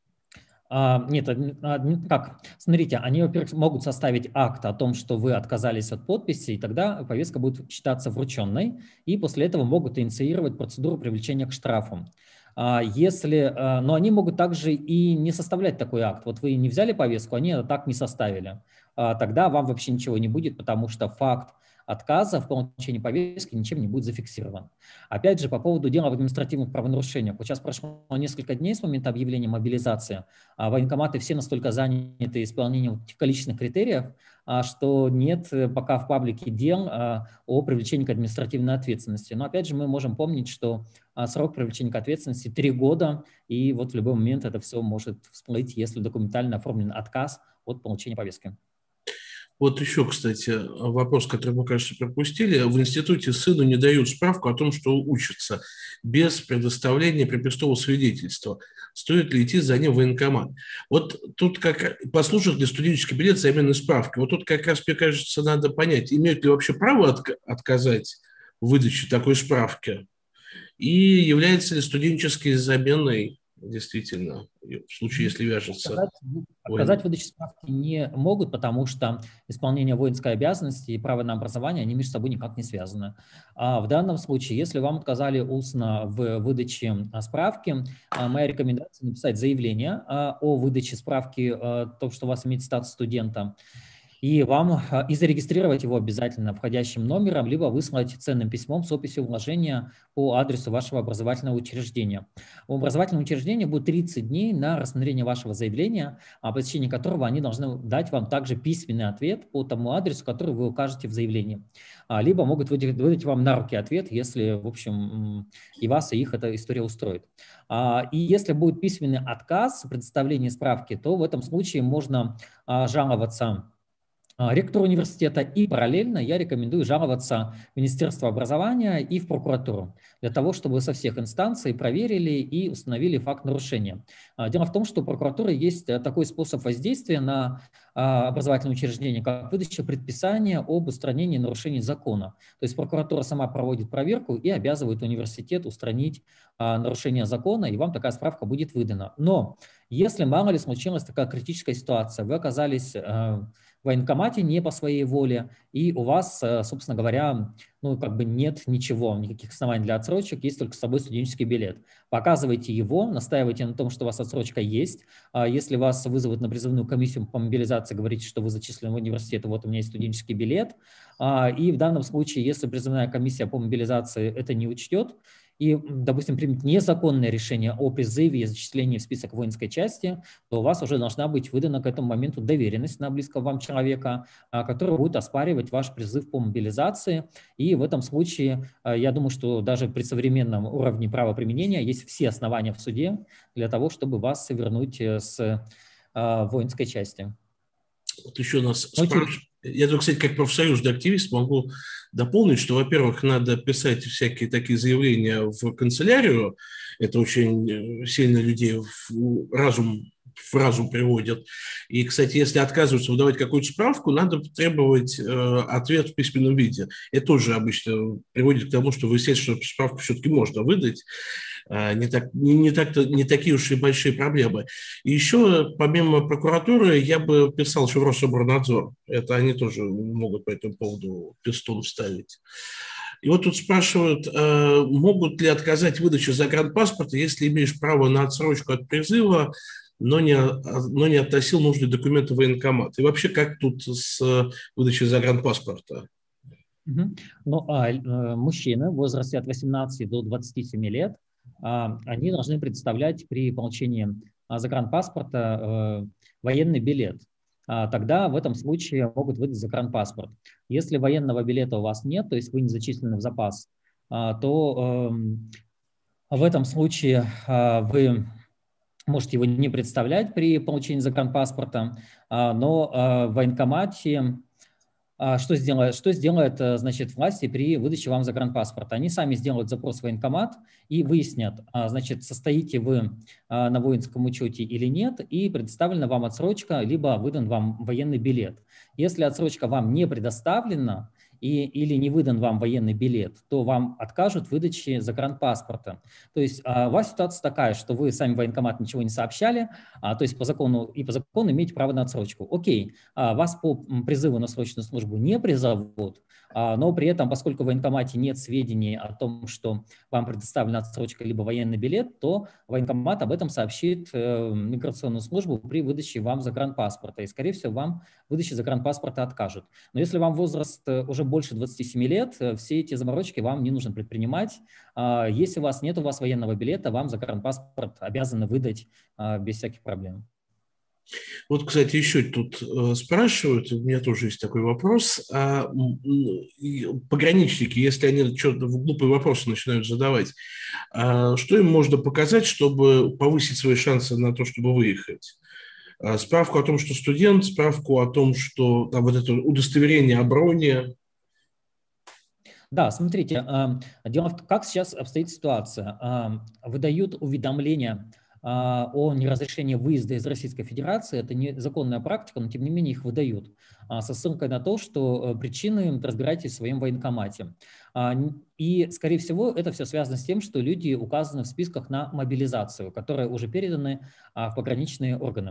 А, нет, как? Смотрите, они, во-первых, могут составить акт о том, что вы отказались от подписи, и тогда повестка будет считаться врученной, и после этого могут инициировать процедуру привлечения к штрафу. Если, но они могут также и не составлять такой акт. Вот вы не взяли повестку, они так не составили. Тогда вам вообще ничего не будет, потому что факт отказа в получении повестки ничем не будет зафиксирован. Опять же, по поводу дела в административных правонарушениях. Вот сейчас прошло несколько дней с момента объявления мобилизации, а военкоматы все настолько заняты исполнением количественных критериев, что нет пока в паблике дел о привлечении к административной ответственности. Но опять же, мы можем помнить, что срок привлечения к ответственности три года, и вот в любой момент это все может всплыть, если документально оформлен отказ от получения повестки. Вот еще, кстати, вопрос, который мы, кажется, пропустили. В институте сыну не дают справку о том, что учится, без предоставления приписного свидетельства. Стоит ли идти за ним в военкомат? Вот тут как послужит ли студенческий билет заменой справки? Вот тут как раз, мне кажется, надо понять, имеют ли вообще право отк- отказать в выдаче такой справки? И является ли студенческой заменой действительно, в случае, если вяжется? Отказать, отказать выдачу справки не могут, потому что исполнение воинской обязанности и право на образование, они между собой никак не связаны. А в данном случае, если вам отказали устно в выдаче справки, моя рекомендация написать заявление о выдаче справки, то, что у вас имеет статус студента, и вам и зарегистрировать его обязательно входящим номером, либо выслать ценным письмом с описью вложения по адресу вашего образовательного учреждения. У образовательного учреждения будет тридцать дней на рассмотрение вашего заявления, о посещении которого они должны дать вам также письменный ответ по тому адресу, который вы укажете в заявлении. Либо могут выдать, выдать вам на руки ответ, если, в общем, и вас, и их эта история устроит. И если будет письменный отказ в предоставлении справки, то в этом случае можно жаловаться ректору университета, и параллельно я рекомендую жаловаться в Министерство образования и в прокуратуру для того, чтобы со всех инстанций проверили и установили факт нарушения. Дело в том, что у прокуратуры есть такой способ воздействия на образовательное учреждение, как выдача предписания об устранении нарушений закона. То есть прокуратура сама проводит проверку и обязывает университет устранить нарушение закона, и вам такая справка будет выдана. Но Если, мало ли, случилась такая критическая ситуация, вы оказались в военкомате не по своей воле, и у вас, собственно говоря, ну, как бы нет ничего, никаких оснований для отсрочек, есть только с собой студенческий билет. Показывайте его, настаивайте на том, что у вас отсрочка есть. Если вас вызовут на призывную комиссию по мобилизации, говорите, что вы зачислены в университет, вот у меня есть студенческий билет. И в данном случае, если призывная комиссия по мобилизации это не учтет, и, допустим, примет незаконное решение о призыве и зачислении в список воинской части, то у вас уже должна быть выдана к этому моменту доверенность на близкого вам человека, который будет оспаривать ваш призыв по мобилизации. И в этом случае, я думаю, что даже при современном уровне правоприменения есть все основания в суде для того, чтобы вас вернуть с воинской части. Вот еще нас спрашивают. Я тут, кстати, как профсоюзный активист могу дополнить, что, во-первых, надо писать всякие такие заявления в канцелярию. Это очень сильно людей в разум, в разум приводит. И, кстати, если отказываются выдавать какую-то справку, надо требовать э, ответ в письменном виде. Это тоже обычно приводит к тому, что выясняется, что справку все-таки можно выдать. Не, так, не, не, так, не такие уж и большие проблемы. И еще, помимо прокуратуры, я бы писал еще в Рособорнадзор. Это они тоже могут по этому поводу пистон вставить. И вот тут спрашивают, могут ли отказать в выдаче загранпаспорта, если имеешь право на отсрочку от призыва, но не, но не относил нужные документы в военкомат. И вообще, как тут с выдачей загранпаспорта? Угу. Ну, а, мужчины в возрасте от восемнадцати до двадцати семи лет, они должны представлять при получении загранпаспорта военный билет. Тогда в этом случае могут выдать загранпаспорт. Если военного билета у вас нет, то есть вы не зачислены в запас, то в этом случае вы можете его не представлять при получении загранпаспорта, но в военкомате Что сделает, что сделает, значит, власти при выдаче вам загранпаспорта? Они сами сделают запрос в военкомат и выяснят, значит, состоите вы на воинском учете или нет, и предоставлена вам отсрочка, либо выдан вам военный билет. Если отсрочка вам не предоставлена, и, или не выдан вам военный билет, то вам откажут в выдаче загранпаспорта. То есть а, у вас ситуация такая, что вы сами в военкомат ничего не сообщали, а, то есть по закону и по закону имеете право на отсрочку. Окей, а, вас по призыву на срочную службу не призовут, а, но при этом, поскольку в военкомате нет сведений о том, что вам предоставлена отсрочка либо военный билет, то военкомат об этом сообщит э, миграционную службу при выдаче вам загранпаспорта. И, скорее всего, вам выдаче загранпаспорта откажут. Но если вам возраст уже больше двадцати семи лет, все эти заморочки вам не нужно предпринимать. Если у вас нет у вас военного билета, вам загранпаспорт обязаны выдать без всяких проблем. Вот, кстати, еще тут спрашивают, у меня тоже есть такой вопрос. А пограничники, если они что-то глупые вопросы начинают задавать, что им можно показать, чтобы повысить свои шансы на то, чтобы выехать? Справку о том, что студент, справку о том, что там вот это удостоверение о броне. Да, смотрите, дело в том, как сейчас обстоит ситуация. Выдают уведомления о неразрешении выезда из Российской Федерации. Это незаконная практика, но тем не менее их выдают со ссылкой на то, что причины разбирайтесь в своем военкомате. И, скорее всего, это все связано с тем, что люди указаны в списках на мобилизацию, которые уже переданы в пограничные органы.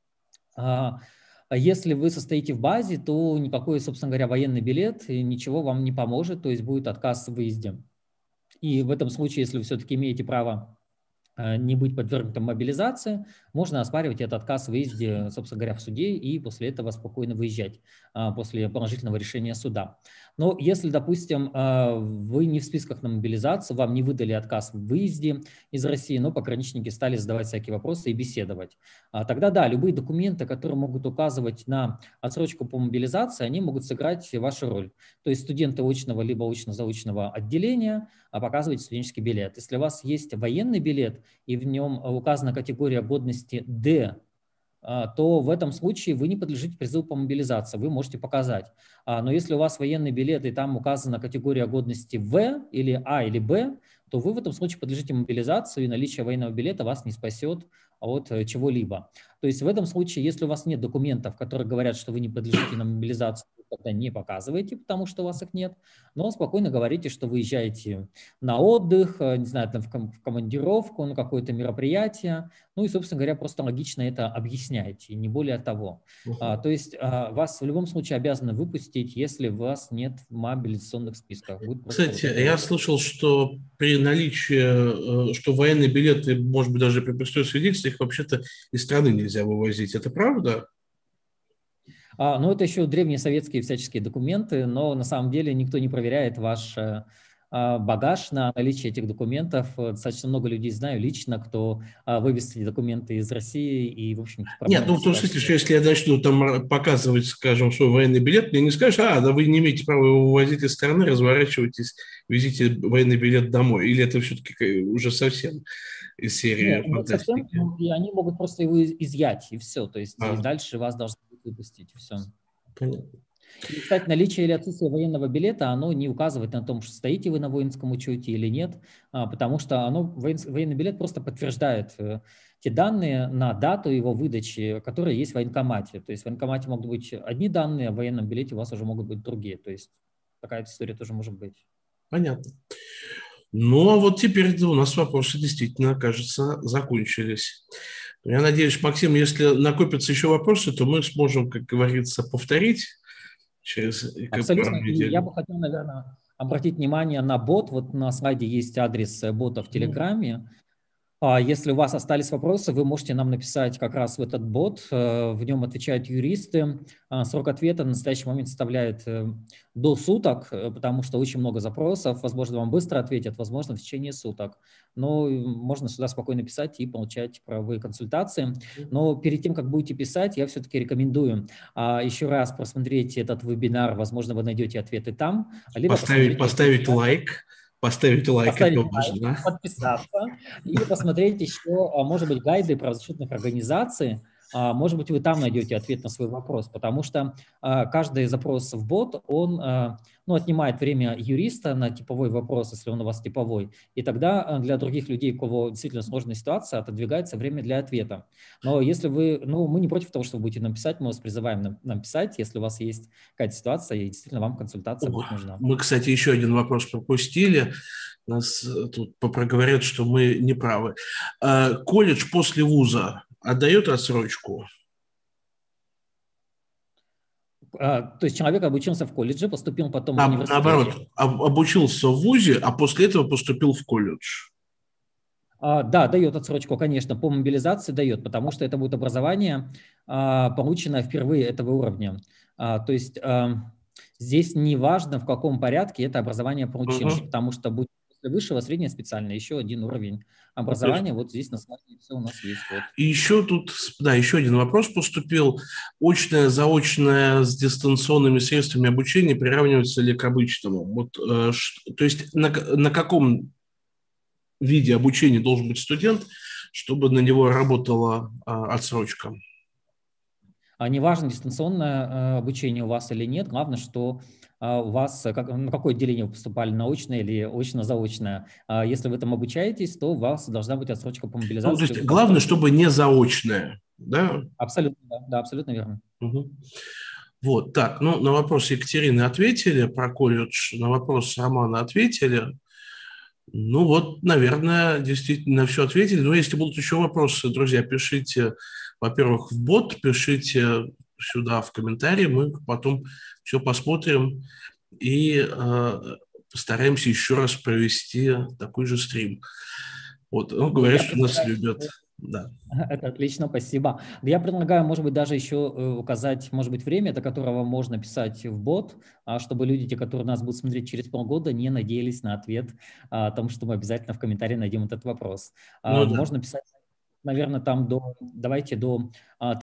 Если вы состоите в базе, то никакой, собственно говоря, военный билет ничего вам не поможет, то есть будет отказ в выезде. И в этом случае, если вы все-таки имеете право не быть подвергнутым мобилизации, можно оспаривать этот отказ в выезде, собственно говоря, в суде и после этого спокойно выезжать, после положительного решения суда. Но если, допустим, вы не в списках на мобилизацию, вам не выдали отказ в выезде из России, но пограничники стали задавать всякие вопросы и беседовать, тогда да, любые документы, которые могут указывать на отсрочку по мобилизации, они могут сыграть вашу роль. То есть студенты очного либо очно-заочного отделения показываете студенческий билет. Если у вас есть военный билет, и в нем указана категория годности D, то в этом случае вы не подлежите призыву по мобилизации, вы можете показать. Но если у вас военный билет, и там указана категория годности В или А или Б, то вы в этом случае подлежите мобилизации, и наличие военного билета вас не спасет от чего-либо. То есть в этом случае, если у вас нет документов, которые говорят, что вы не подлежите на мобилизацию, тогда не показываете, потому что у вас их нет, но спокойно говорите, что вы езжаете на отдых, не знаю, там в, ком в командировку, на какое-то мероприятие, ну и, собственно говоря, просто логично это объясняете, не более того. Uh-huh. а, то есть а, вас в любом случае обязаны выпустить, если у вас нет в мобилизационных списках. Кстати, я слышал, что при наличии, что военные билеты, может быть, даже при простой свидетельстве, их вообще-то из страны нельзя вывозить. Это правда? А, ну, это еще древние советские всяческие документы, но на самом деле никто не проверяет ваш а, багаж на наличие этих документов. Достаточно много людей знаю лично, кто а, вывез эти документы из России, и, в общем, нет, ну, в том смысле, что если я начну там показывать, скажем, свой военный билет, мне не скажешь, а, да вы не имеете права его вывозить из страны, разворачивайтесь, везите военный билет домой. Или это все-таки уже совсем из серии Нет, нет, совсем, ну, и они могут просто его изъять, и все. То есть а. и дальше вас должны выпустить, и все. Понятно. И, кстати, наличие или отсутствие военного билета, оно не указывает на том, что стоите вы на воинском учете или нет, потому что оно, военный билет просто подтверждает те данные на дату его выдачи, которые есть в военкомате. То есть в военкомате могут быть одни данные, а в военном билете у вас уже могут быть другие. То есть такая история тоже может быть. Понятно. Ну, а вот теперь у нас вопросы действительно, кажется, закончились. Я надеюсь, Максим, если накопятся еще вопросы, то мы сможем, как говорится, повторить через Абсолютно. И я бы хотел, наверное, обратить внимание на бот. Вот на слайде есть адрес бота в Телеграме. Если у вас остались вопросы, вы можете нам написать как раз в этот бот. В нем отвечают юристы. Срок ответа на настоящий момент составляет до суток, потому что очень много запросов. Возможно, вам быстро ответят, возможно, в течение суток. Но можно сюда спокойно писать и получать правовые консультации. Но перед тем, как будете писать, я все-таки рекомендую еще раз просмотреть этот вебинар. Возможно, вы найдете ответы там. Либо поставить поставить лайк. Поставить лайк, поставить это лайк, важно. Подписаться и посмотреть еще, может быть, гайды правозащитных организаций. Может быть, вы там найдете ответ на свой вопрос, потому что каждый запрос в бот, он ну, отнимает время юриста на типовой вопрос, если он у вас типовой, и тогда для других людей, у кого действительно сложная ситуация, отодвигается время для ответа. Но если вы, ну, мы не против того, что вы будете нам писать, мы вас призываем нам, нам писать, если у вас есть какая-то ситуация, и действительно вам консультация О, будет нужна. Мы, кстати, еще один вопрос пропустили. Нас тут проговорят, что мы не правы. Колледж после вуза отдает отсрочку? То есть человек обучился в колледже, поступил потом а, в университет. Наоборот, обучился в вузе, а после этого поступил в колледж. А, да, дает отсрочку, конечно, по мобилизации дает, потому что это будет образование, а, полученное впервые этого уровня. А, то есть а, здесь не важно, в каком порядке это образование получилось, uh-huh. потому что будет после высшего, среднее, специальное, еще один уровень образования. Вот здесь на слайде все у нас есть. Вот. И еще тут, да, еще один вопрос поступил. Очное, заочное с дистанционными средствами обучения приравнивается ли к обычному? Вот, э, ш, то есть на, на каком виде обучения должен быть студент, чтобы на него работала э, отсрочка? А неважно, дистанционное э, обучение у вас или нет, главное, что э, у вас, как, на какое отделение вы поступали, на очное или очно-заочное. А если вы там обучаетесь, то у вас должна быть отсрочка по мобилизации. Ну, то есть главное, чтобы не заочное, да? Абсолютно, да, да, абсолютно верно. Угу. Вот, так, ну, на вопрос Екатерины ответили, про колледж, на вопрос Романа ответили. Ну вот, наверное, действительно на все ответили. Но если будут еще вопросы, друзья, пишите, во-первых, в бот, пишите сюда в комментарии, мы потом все посмотрим и э, постараемся еще раз провести такой же стрим. Вот, ну, говорят, что нас любят. Да. Это отлично, спасибо. Я предлагаю, может быть, даже еще указать, может быть, время, до которого можно писать в бот, чтобы люди, те, которые нас будут смотреть через полгода, не надеялись на ответ о том, что мы обязательно в комментарии найдем этот вопрос. Ну, можно да. писать, наверное, там до, давайте до